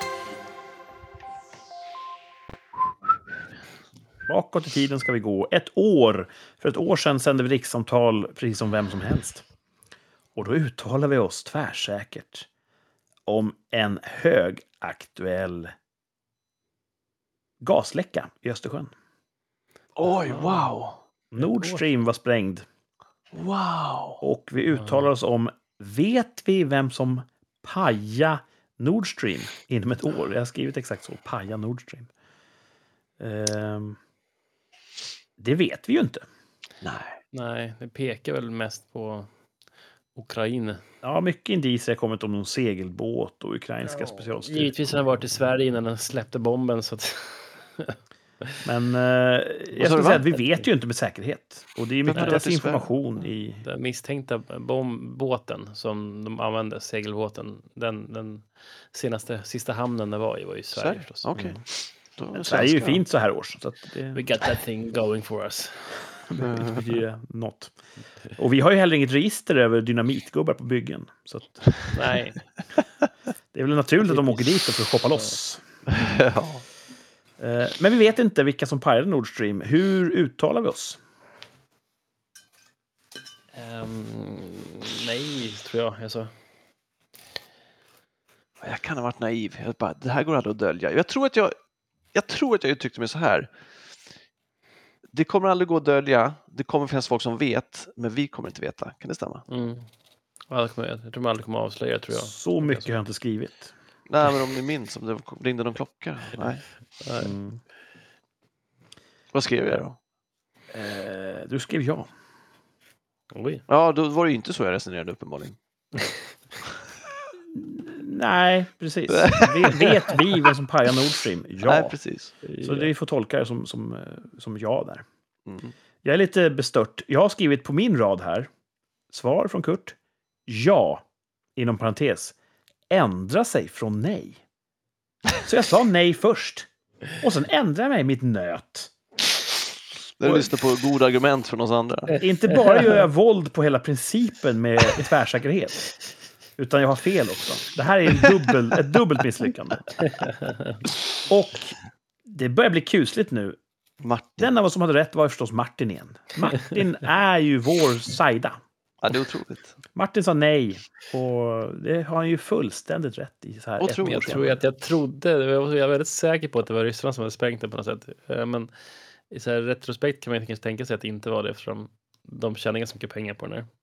Bakåt i tiden ska vi gå 1 år. För 1 år sedan sände vi rikssamtal precis som vem som helst. Och då uttalar vi oss tvärsäkert om en högaktuell gasläcka i Östersjön. Oj, wow! Nord Stream var sprängd. Wow! Och vi uttalar oss om, vet vi vem som paja Nord Stream inom 1 år? Jag har skrivit exakt så, paja Nord Stream. Det vet vi ju inte. Nej, det pekar väl mest på Ukraina. Ja, mycket indicier har kommit om någon segelbåt och ukrainska specialstyrkor. Givetvis har den varit i Sverige innan den släppte bomben. Så att... Men jag skulle säga att vi vet ju inte med säkerhet. Och det är mycket desinformation i... Den misstänkta båten som de använde, segelbåten, den sista hamnen det var ju Sverige förstås. Okej. Det är ju fint så här års. Så att det... We got that thing going for us. Något. Och vi har ju heller inget register över dynamitgubbar på byggen. Så att... Nej. Det är väl naturligt att de åker dit för att shoppa loss. Men vi vet inte vilka som pajade Nord Stream. Hur uttalar vi oss? Nej, tror jag. Alltså. Jag kan ha varit naiv. Det här går aldrig att dölja. Jag tror att jag uttryckte mig så här. Det kommer aldrig gå att dölja. Det kommer finnas folk som vet, men vi kommer inte veta. Kan det stämma? Jag tror man aldrig kommer att avslöja, tror jag. Så mycket har jag inte skrivit. Nej, men om ni minns om det ringde någon klocka. Nej. Vad skrev jag då? Du skrev ja. Oj. Ja, då var det ju inte så jag resonerade uppenbarligen. Nej, precis. Vet vi vem som pajar Nord Stream? Ja. Nej, precis. Så det får tolka det som ja där. Jag är lite bestört. Jag har skrivit på min rad här. Svar från Kurt. Ja. Inom parentes. Ändra sig från nej. Så jag sa nej först. Och sen ändrade jag mig i mitt nöt. När du lyssnar på goda argument från oss andra. Inte bara gör jag våld på hela principen med tvärsäkerhet. Utan jag har fel också. Det här är ett dubbelt misslyckande. Och det börjar bli kusligt nu. Martin. Den av oss som hade rätt var förstås Martin igen. Martin är ju vår sajda. Ja, det är otroligt. Martin sa nej. Och det har han ju fullständigt rätt i. Så här jag var väldigt säker på att det var Ryssland som hade sprängt det på något sätt. Men i så här retrospekt kan man inte tänka sig att det inte var det, eftersom de tjänar ganska mycket pengar på den här.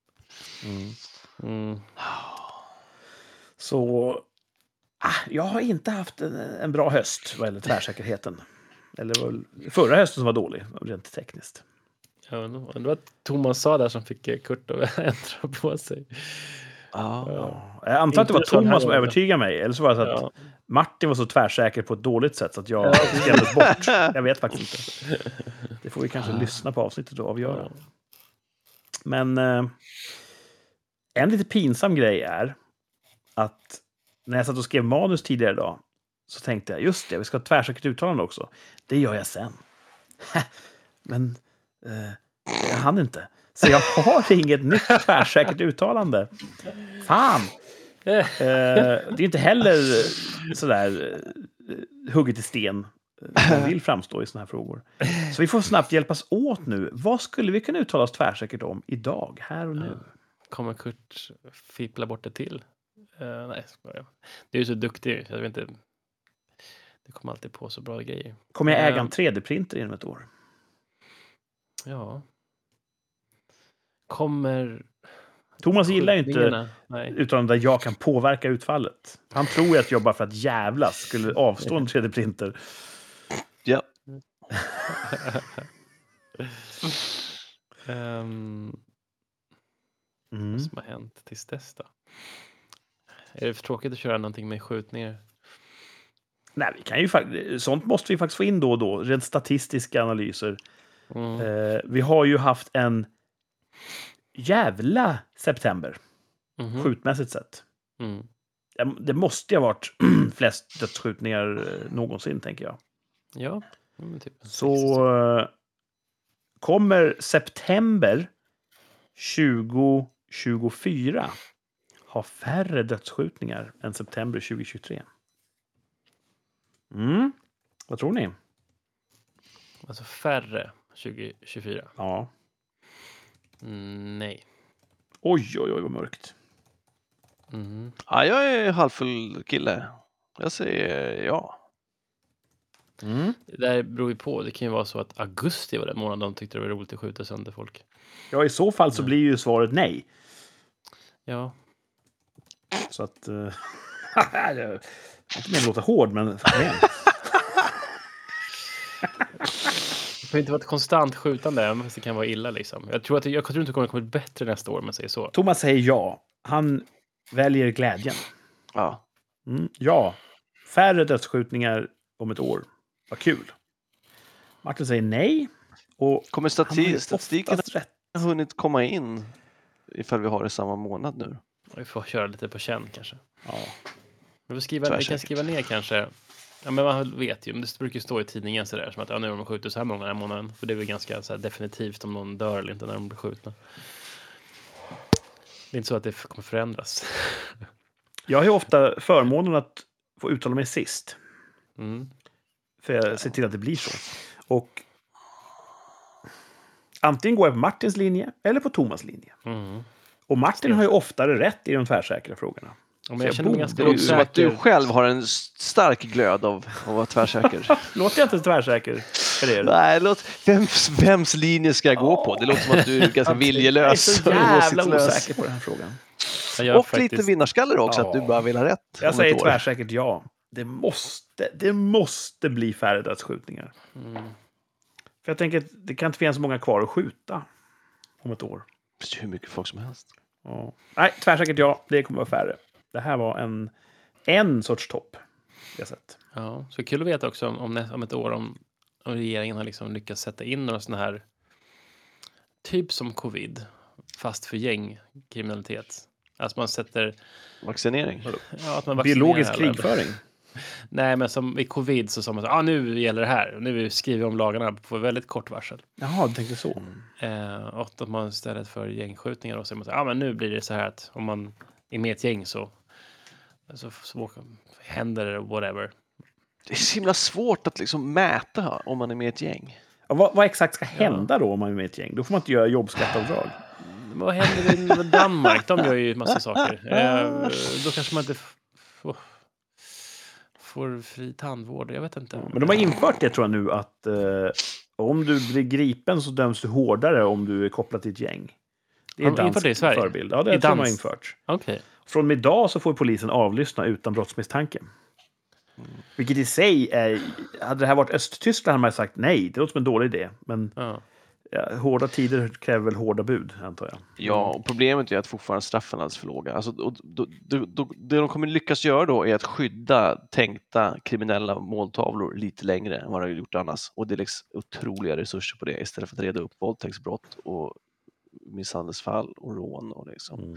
Så jag har inte haft en bra höst vad gäller tvärsäkerheten. Eller förra hösten som var dålig, rent tekniskt. Ja, det var Thomas sa där som fick Kurt att ändra på sig. Jag antar att det var Thomas som övertygade mig. Eller så var det så att Martin var så tvärsäker på ett dåligt sätt så att jag skrämdes bort. Jag vet faktiskt inte. Det får vi kanske lyssna på avsnittet och avgöra. Men en lite pinsam grej är att när jag satt och skrev manus tidigare idag så tänkte jag, just det, vi ska ha tvärsäkert uttalande också. Det gör jag sen. Men jag hann inte. Så jag har inget nytt tvärsäkert uttalande. Fan! Det är inte heller sådär hugget i sten. Man vill framstå i såna här frågor. Så vi får snabbt hjälpas åt nu. Vad skulle vi kunna uttala oss tvärsäkert om idag, här och nu? Kommer Kurt fippla bort det till? Nej, det är ju så duktig. Jag vet inte. Det kommer alltid på så bra grejer. Kommer jag äga en 3D-printer inom 1 år? Ja. Kommer... Thomas gillar ju inte utan där jag kan påverka utfallet. Han tror ju att jag bara för att jävlas skulle avstå en 3D-printer. Ja. Vad som har hänt tills dess då? Är det för tråkigt att köra någonting med skjutningar? Nej, vi kan ju sånt måste vi faktiskt få in då och då. Rent statistiska analyser. Vi har ju haft en jävla september. Skjutmässigt sett. Det måste ju ha varit flest dödsskjutningar någonsin, tänker jag. Ja. Typ. Så kommer september 2024 ha färre dödsskjutningar än september 2023. Vad tror ni? Alltså färre 2024? Ja. Nej. Oj, vad mörkt. Ja, jag är halvfull kille. Jag säger ja. Det där beror ju på. Det kan ju vara så att augusti var den månaden de tyckte det var roligt att skjuta sönder folk. Ja, i så fall så blir ju svaret nej. Ja. Så att... jag är inte med att låta hård, men... Det får inte vara ett konstant skjutande, även fast det kan vara illa liksom. Jag tror inte det kommer bli bättre nästa år, om man säger så. Thomas säger ja. Han väljer glädjen. Ja. Ja. Färre dödsskjutningar om ett år. Vad kul. Martin säger nej. Och kommer statistiken rätt. har hunnit komma in ifall vi har det samma månad nu? Vi får köra lite på känn kanske. Ja. Vi kan skriva ner kanske. Ja, men man vet ju, men det brukar ju stå i tidningen så där, som att nu har de skjutit så här många den här månaden. För det är väl ganska så här, definitivt om någon dör eller inte när de blir skjutna. Det är inte så att det kommer förändras. Jag har ju ofta förmånen att få uttala mig sist. För jag ser till att det blir så. Och antingen går jag på Martins linje eller på Thomas linje. Och Martin har ju oftare rätt i de tvärsäkra frågorna. Ja, men jag känner mig ganska det låter som att du själv har en stark glöd av att vara tvärsäker. Låter jag inte tvärsäker för det? Nej, vems linje ska jag gå på? Det låter som att du är ganska viljelös. Jag är så jävla osäker på den här frågan. Och faktiskt lite vinnarskaller också, att du bara vill ha rätt. Jag säger tvärsäkert ja. Det måste bli färre dödsskjutningar. För jag tänker att det kan inte finnas så många kvar att skjuta om ett år. Det är hur mycket folk som helst. Ja. Nej, tvärsäkert ja. Det kommer vara färre. Det här var en sorts topp jag sett. Ja, så kul att veta också om ett år om regeringen har liksom lyckats sätta in några sådana här typ som covid fast för gängkriminalitet. Alltså man sätter vaccinering. Ja, att man biologisk krigföring. Nej, men som i covid så sa man så nu gäller det här. Nu skriver vi om lagarna på väldigt kort varsel. Jaha, du tänkte så. Och att man istället för gängskjutningar och så man så men nu blir det så här att om man är med ett gäng så händer det whatever. Det är så himla svårt att liksom mäta om man är med i ett gäng. Ja, vad exakt ska hända då om man är med i ett gäng? Då får man inte göra jobbskatteavdrag. Men vad händer i Danmark? De gör ju massa saker. Då kanske man inte får fri tandvård. Jag vet inte. Men de har infört det tror jag nu att om du blir gripen så döms du hårdare om du är kopplad till ett gäng. Det är dansk förebild. Ja, det tror jag de har infört. Okay. Från idag så får polisen avlyssna utan brottsmisstanke. Vilket i sig hade det här varit Östtyskland hade man sagt nej, det låter som en dålig idé. Men hårda tider kräver väl hårda bud, antar jag. Ja, och problemet är att fortfarande straffen är alldeles för låga. Alltså, det de kommer lyckas göra då är att skydda tänkta kriminella måltavlor lite längre än vad de har gjort annars. Och det läggs otroliga resurser på det istället för att reda upp våldtäktsbrott och misshandelsfall och rån. Och liksom.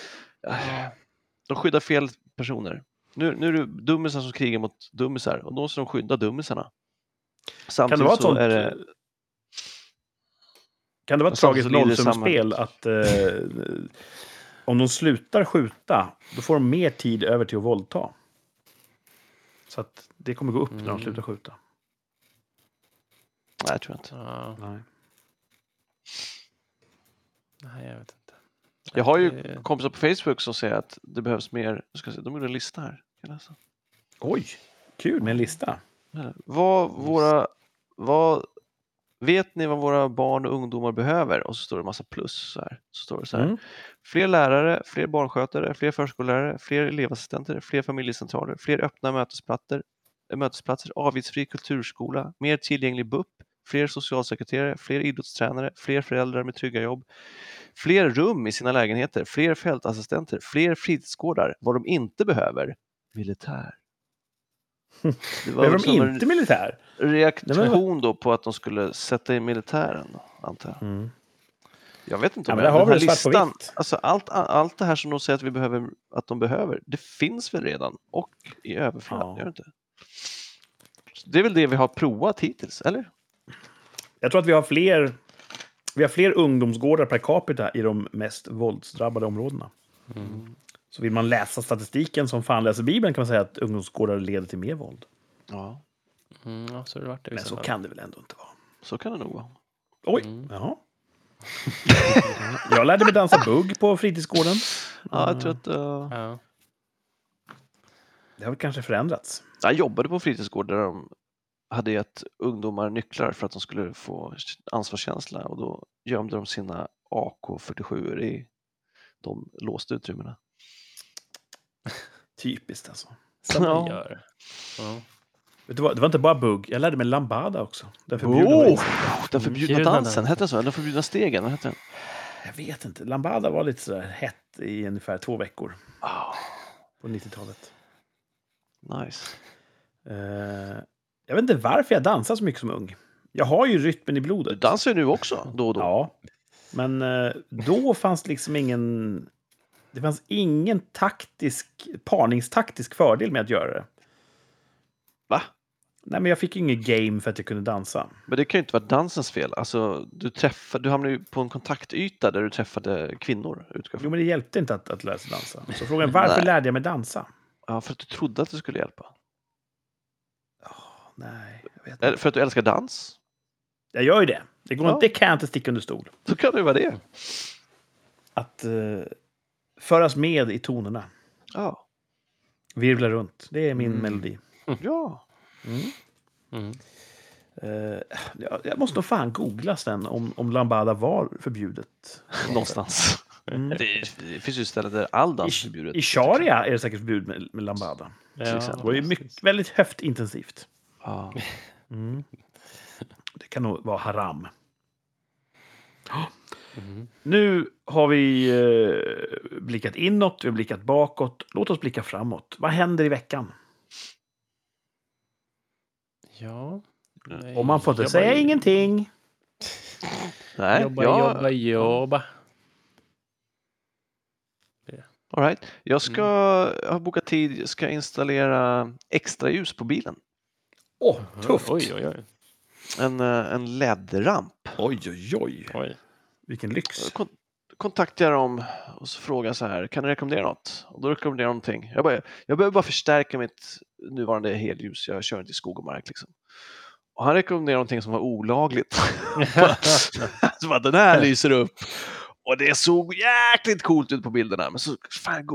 De skyddar fel personer. Nu är det dummisar som krigar mot dummisar och då ska de skydda dummisarna. Samtidigt kan det vara ett tragiskt nollsummespel att om de slutar skjuta då får de mer tid över till att våldta. Så att det kommer gå upp när de slutar skjuta. Nej, jag tror inte. Nej, jag vet inte. Jag har ju kompisar på Facebook som säger att det behövs mer. De gjorde en lista här. Kan jag läsa? Oj, kul med en lista. Vet ni vad våra barn och ungdomar behöver? Och så står det en massa plus så här. Så står det så här. Fler lärare, fler barnskötare, fler förskollärare, fler elevassistenter, fler familjecentraler, fler öppna mötesplatser, avgiftsfri kulturskola, mer tillgänglig BUP, fler socialsekreterare, fler idrottstränare, fler föräldrar med trygga jobb, fler rum i sina lägenheter, fler fältassistenter, fler fritidsgårdar. Vad de inte behöver, militär. Det var Behöver de inte militär? reaktion då på att de skulle sätta in militären, antar jag. Mm. Jag vet inte om men där har vi det svart på listan, vitt. alltså allt det här som de säger att vi behöver, att de behöver, det finns väl redan och i överflöd, gör det inte? Det är väl det vi har provat hittills, eller? Jag tror att vi har fler ungdomsgårdar per capita i de mest våldsdrabbade områdena. Så vill man läsa statistiken som fan läser Bibeln kan man säga att ungdomsgårdar leder till mer våld. Ja. Ja, så har det varit det. Men så kan det väl ändå inte vara. Så kan det nog vara. Oj, jaha. Jag lärde mig dansa bugg på fritidsgården. Ja, jag tror att... Ja. Det har väl kanske förändrats. Jag jobbade på fritidsgård där de hade gett ungdomar nycklar för att de skulle få ansvarskänsla och då gömde de sina AK47 i de låsta utrymmena. Typiskt alltså. Som Ja. vi gör. Ja. Vet du vad? Det var inte bara bugg. Jag lärde mig lambada också. Den Den förbjudna dansen, hette den så? Den förbjudna stegen, vad hette den? Jag vet inte. Lambada var lite sådär hett i ungefär 2 veckor. På 90-talet. Nice. Jag vet inte varför jag dansar så mycket som ung. Jag har ju rytmen i blodet. Du dansar ju nu också, då och då. Ja. Men då fanns liksom ingen... Det fanns ingen parningstaktisk fördel med att göra det. Va? Nej, men jag fick ingen game för att jag kunde dansa. Men det kan ju inte vara dansens fel. Alltså, du hamnade ju på en kontaktyta där du träffade kvinnor. Jo, men det hjälpte inte att lära sig dansa. Så frågan är, varför lärde jag mig dansa? Ja, för att du trodde att det skulle hjälpa. Nej, jag vet Eller inte. för att du älskar dans? Jag gör ju det. Det kan jag inte sticka under stol. Så kan det ju vara det. Att föras med i tonerna. Ja. Virvla runt. Det är min melodi. Ja. Jag måste nog fan googla sen om lambada var förbjudet. Någonstans. Det finns ju ställen där all dans är förbjudet. I Sharia är det säkert förbud med lambada. Det var ju väldigt höftintensivt. Ja. Det kan nog vara haram. Nu har vi blickat inåt, vi har blickat bakåt. Låt oss blicka framåt. Vad händer i veckan? Ja. Om man får inte säga ingenting. Nej, Jobba. All right. Jag har bokat tid, jag ska installera extra ljus på bilen. Tufft. Oj. En LED-ramp. Oj. Vilken lyx. Kontaktar jag dem och så frågar så här, kan du rekommendera något? Och då rekommenderar de någonting. Jag behöver bara förstärka mitt nuvarande helljus. Jag kör inte i skog och mark liksom. Och han rekommenderar någonting som var olagligt. Så att den här lyser upp. Och det såg jäkligt coolt ut på bilderna. Men så,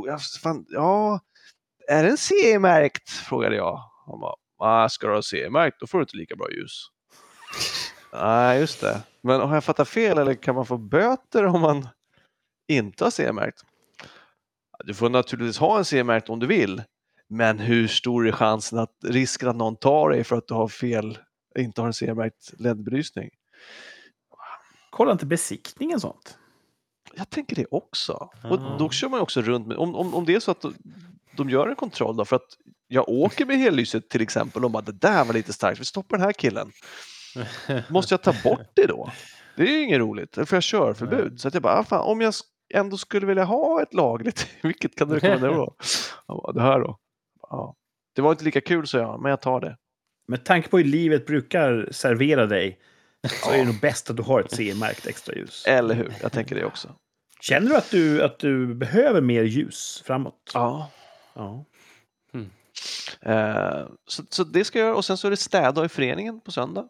är den CE-märkt? Frågade jag. Han bara, ska du ha CE-märkt? Då får du inte lika bra ljus. Nej, just det. Men har jag fattat fel eller kan man få böter om man inte har CE-märkt? Du får naturligtvis ha en CE-märkt om du vill. Men hur stor är risken att någon tar dig för att du har fel, inte har en CE-märkt LED-belysning? Kolla inte besiktningen sånt. Jag tänker det också. Och då kör man också runt med, om det är så att de gör en kontroll då, för att jag åker med hellyset till exempel och bara, det där var lite starkt, vi stoppar den här killen. Måste jag ta bort det då? Det är ju inget roligt, för jag kör förbud. Så att jag bara, fan, om jag ändå skulle vilja ha ett lagligt, vilket kan du rekommendera då? Ja, det här då. Ja. Det var inte lika kul så men jag tar det. Med tanke på hur livet brukar servera dig så är det nog bäst att du har ett CE-märkt extra ljus. Eller hur? Jag tänker det också. Känner du att du behöver mer ljus framåt? Ja. Ja. Så det ska jag göra. Och sen så är det städa i föreningen på söndag.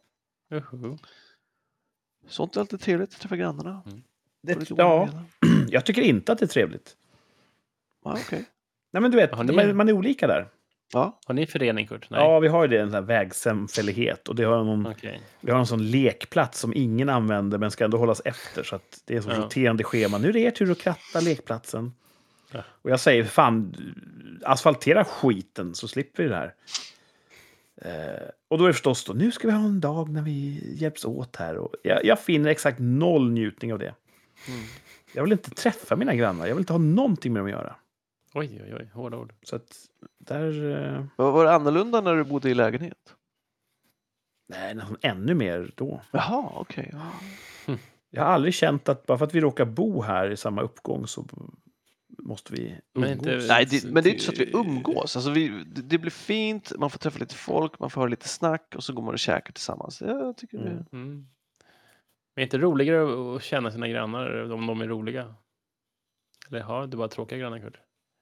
Sånt är alltid trevligt att träffa grannarna. Jag tycker inte att det är trevligt. Ja, okej. Nej, men du vet, man är olika där. Ja. Har ni förening, Kurt? Nej. Ja, vi har ju det, en sån här vägsamfällighet. Och det har vi har en sån lekplats som ingen använder men ska ändå hållas efter. Så att det är så roterande schema. Nu är det er tur att kratta lekplatsen. Ja. Och jag säger, fan, asfaltera skiten så slipper vi det här. Och då är det förstås då, nu ska vi ha en dag när vi hjälps åt här. Och jag finner exakt noll njutning av det. Jag vill inte träffa mina grannar. Jag vill inte ha någonting med dem att göra. Oj, hårda ord. Så att där... Vad var det annorlunda när du bodde i lägenhet? Nej, nästan ännu mer då. Jaha, okej. Jag har aldrig känt att bara för att vi råkar bo här i samma uppgång så måste vi umgås. Men det är inte så att vi umgås. Alltså det blir fint, man får träffa lite folk, man får höra lite snack och så går man och käkar tillsammans. Jag tycker det. Men är det inte roligare att känna sina grannar om de är roliga? Eller har du bara tråkiga grannar, Kurt?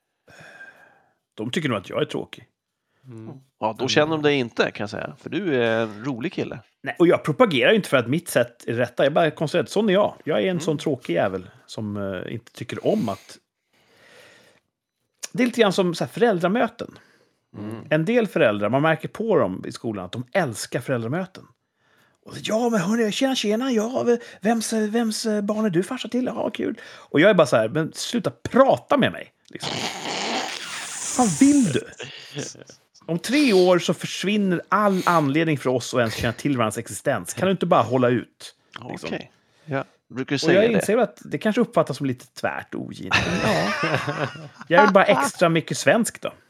De tycker nog att jag är tråkig. Ja, då känner de dig inte, kan jag säga. För du är en rolig kille. Nej, och jag propagerar ju inte för att mitt sätt är rätta. Jag bara konstaterar att sån är jag. Jag är en sån tråkig jävel som inte tycker om att... Det är lite grann som så här föräldramöten. En del föräldrar, man märker på dem i skolan att de älskar föräldramöten. Och ja, men hörni, tjena, ja, vems barn är du farsa till? Ja, kul. Och jag är bara så här, men sluta prata med mig. Liksom. Vad vill du? Om 3 år så försvinner all anledning för oss att ens känna till varandras existens. Kan du inte bara hålla ut? Liksom. Okej. Ja, brukar du Och säga jag inser att det kanske uppfattas som lite tvärt ogint. Ja. Jag är bara extra mycket svensk då.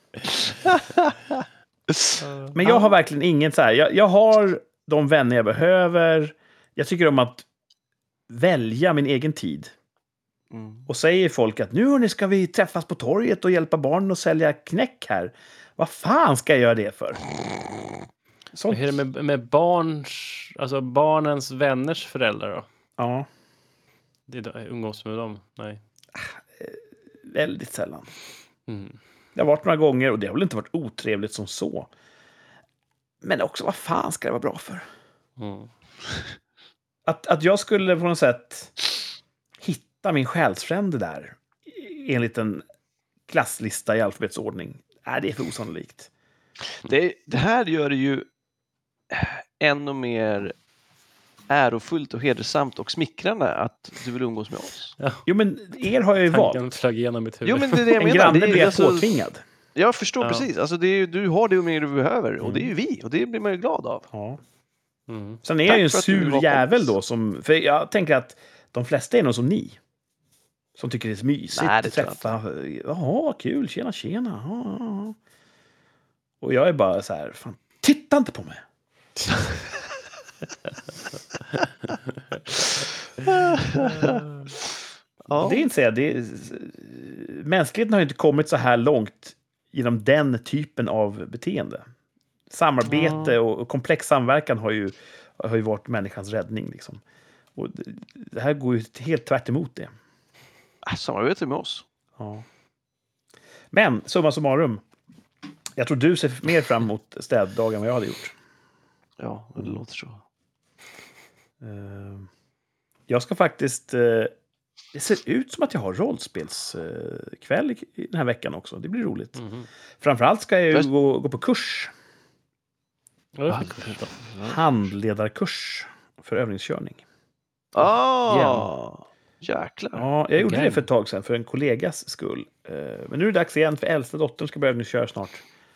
Men jag har verkligen ingen så här. Jag har de vänner jag behöver. Jag tycker om att välja min egen tid. Och säger folk att nu ska vi träffas på torget och hjälpa barnen att sälja knäck här. Vad fan ska jag göra det för? Sånt. Hur är det med barnens vänners föräldrar då? Ja. Umgås med dem? Nej. Väldigt sällan. Det har varit några gånger och det har väl inte varit otrevligt som så. Men också, vad fan ska det vara bra för? Att jag skulle på något sätt hitta min själsfrände där enligt en klasslista i alfabetsordning. Det är för osannolikt. Det här gör det ju ännu mer ärofullt och hedersamt och smickrande att du vill umgås med oss. Ja. Jo, men er har jag ju valt. Tanken flög igenom mitt huvud. Jo, men det är det jag En menar. granne Det är blir alltså, påtvingad. jag förstår precis. Alltså du har det umgänge du behöver och det är ju vi och det blir man ju glad av. Ja. Sen är jag ju en sur jävel då. För jag tänker att de flesta är nog som ni. Som tycker det är så mysigt att träffa. Jaha, kul. Tjena. Ja. Och jag är bara så här, fan, titta inte på mig. Det är inte så här, mänskligheten har ju inte kommit så här långt genom den typen av beteende. Samarbete och komplex samverkan har ju varit människans räddning. Liksom. Och det här går ju helt tvärt emot det. Samarbete med oss. Ja. Men, summa summarum. Jag tror du ser mer fram emot städdagen än vad jag hade gjort. Ja, det låter så. Jag ska faktiskt... Det ser ut som att jag har rollspelskväll i den här veckan också. Det blir roligt. Framförallt ska jag ju gå på kurs. Handledarkurs för övningskörning. Jäklar. Ja, jag gjorde det för ett tag sedan för en kollegas skull. Men nu är det dags igen för äldsta dottern ska börja övningsköra snart.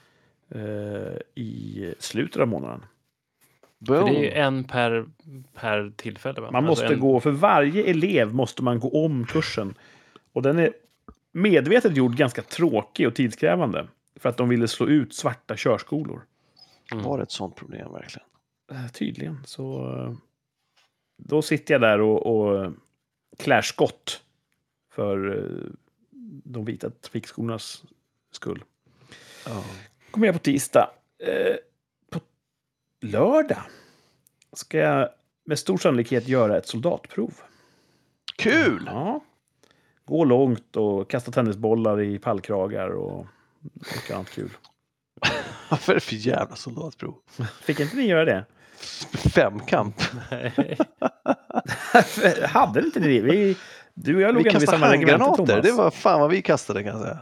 I slutet av månaden. För det är ju en per tillfälle, va? Man måste gå, för varje elev måste man gå om kursen. Och den är medvetet gjord ganska tråkig och tidskrävande. För att de ville slå ut svarta körskolor. Var det ett sånt problem verkligen? Tydligen. Så då sitter jag där och klär skott för de vita trafikskolornas skull. Kommer jag på tisdag. På lördag ska jag med stor sannolikhet göra ett soldatprov. Kul! Ja. Gå långt och kasta tennisbollar i pallkragar och mycket annat kul. Vad är det för jävla soldatprov? Fick inte ni göra det? Femkamp. Hade inte ni det? Du och jag låg vi kastade samma regemente, handgranater. Thomas. Det var fan vad vi kastade, kan jag säga.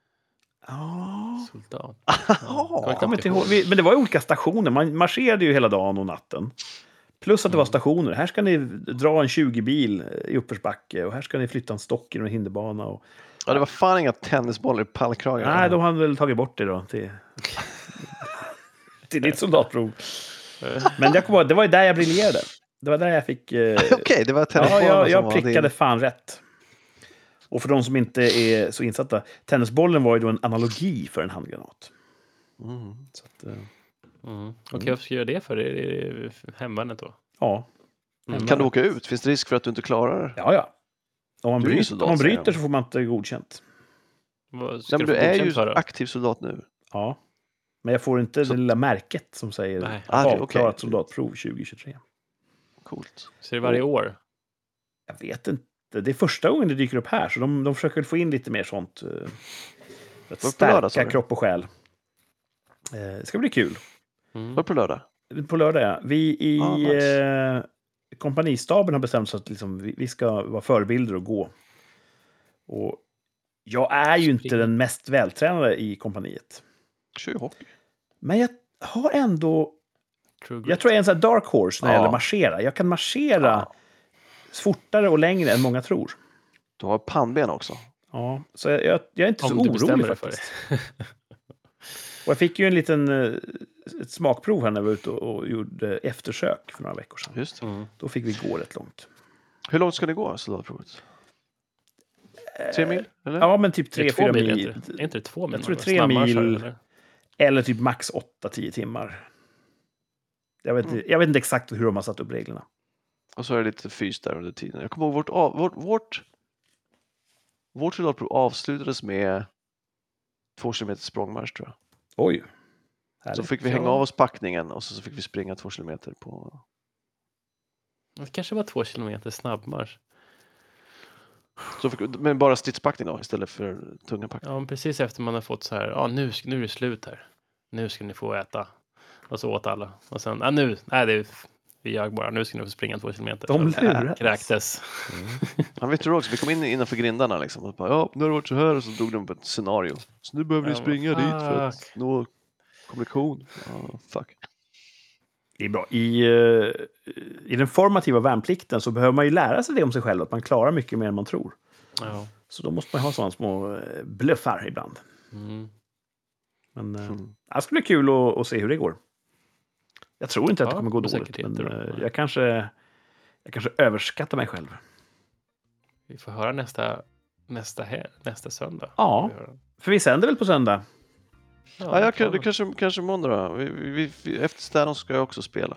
Soldat. Jag kommer inte ihåg. Men det var ju olika stationer. Man marscherade ju hela dagen och natten. Plus att det var stationer. Här ska ni dra en 20-bil i uppförsbacke. Och här ska ni flytta en stock i en hinderbana. Och... Ja, det var fan inga tennisbollar i pallkragar. Nej, de hade väl tagit bort det då. till ditt soldatprov. Men jag kommer ihåg, det var ju där jag briljerade. Det var där jag fick... Okej, det var tennisbollen jag prickade fan rätt. Och för de som inte är så insatta, tennisbollen var ju då en analogi för en handgranat. Så att, Okej, vad ska jag göra det för? Är det hemvärnet då? Ja. Kan du åka ut? Finns det risk för att du inte klarar det? Ja. Om man Du är ju bryter, soldat, om man säger bryter de. så får man inte godkänt. Vad ska Ja, men få du är godkänt ju för då? aktiv soldat nu. Ja. Men jag får inte Så- det lilla märket som säger Nej. avklarat okej. soldatprov 2023. Coolt. Så det är varje år? Jag vet inte. Det är första gången det dyker upp här, så de försöker väl få in lite mer sånt. Att på lördag, sa stärka du? kropp och själ. Det ska bli kul. Var på lördag? På lördag, ja. Vi i nice. kompanistaben har bestämt sig att liksom, vi ska vara förebilder och gå. Och jag är ju inte den mest vältränade i kompaniet. Kör ju hockey. Men jag har ändå... True Jag tror jag är en sån här dark horse när det Ja. gäller marschera. Jag kan marschera fortare och längre än många tror. Du har pannben också. Ja, så jag är inte Om så du orolig bestämmer dig för faktiskt. Och jag fick ju en liten ett smakprov här när vi var ute och gjorde eftersök för några veckor sedan. Just det. Då fick vi gå rätt långt. Hur långt ska ni gå, soldatprovet? 3 mil? Eller? Ja, men typ Det är 3-4 mil. mil. Är inte det 2 mil? Jag tror man? 3 Snabbmarschar, mil. eller? Eller typ max 8-10 timmar. Jag vet inte exakt hur de har satt upp reglerna. Och så är det lite fys där under tiden. Jag kommer ihåg vårt soldatprov avslutades med 2 kilometer språngmarsch, tror jag. Oj. Så Härligt. fick vi hänga av oss packningen och så fick vi springa 2 kilometer på... Det kanske var 2 kilometer snabbmarsch. Men bara stridspackning då, istället för tunga packning. Ja, men precis efter man har fått så här, ja nu är det slut här. Nu ska ni få äta. Och så åt alla. Och sen, vi jag bara, nu ska ni få springa 2 kilometer. De Så luras. kräktes. Han vet du också, vi kom in innanför grindarna liksom. Och bara, ja, nu har det varit så här och så drog de på ett scenario. Så nu behöver ni springa dit för att nå kommunikation. Fuck. Det är bra. I den formativa värnplikten så behöver man ju lära sig det om sig själv. Att man klarar mycket mer än man tror. Ja. Så då måste man ha sådana små bluffar ibland. Men det ska bli kul att se hur det går. Jag tror inte att det kommer gå dåligt. Men jag kanske överskattar mig själv. Vi får höra nästa söndag. Ja, för vi sänder väl på söndag? Ja, det kanske måndag då. Vi, efter städan ska jag också spela.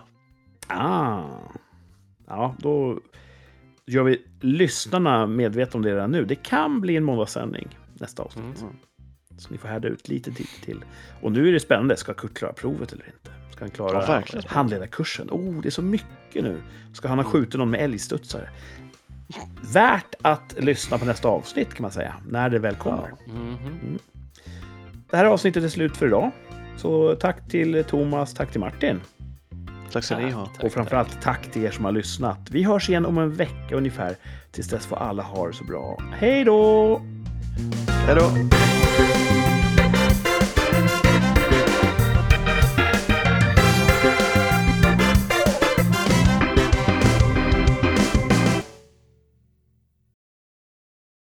Ja, då gör vi lyssnarna medvetna om det redan nu. Det kan bli en måndagssändning nästa avsnitt. Så ni får härda ut lite tid till. Och nu är det spännande. Ska Kurt klara provet eller inte? Ska han klara handledarkursen? Det är så mycket nu. Ska han ha skjutit någon med älgstudsare? Värt att lyssna på nästa avsnitt kan man säga. När det väl kommer. Det här avsnittet är slut för idag. Så tack till Thomas, tack till Martin. Tack ska ni ha. Och framförallt tack till er som har lyssnat. Vi hörs igen om en vecka ungefär. Tills dess får alla ha det så bra. Hej då! Hej då!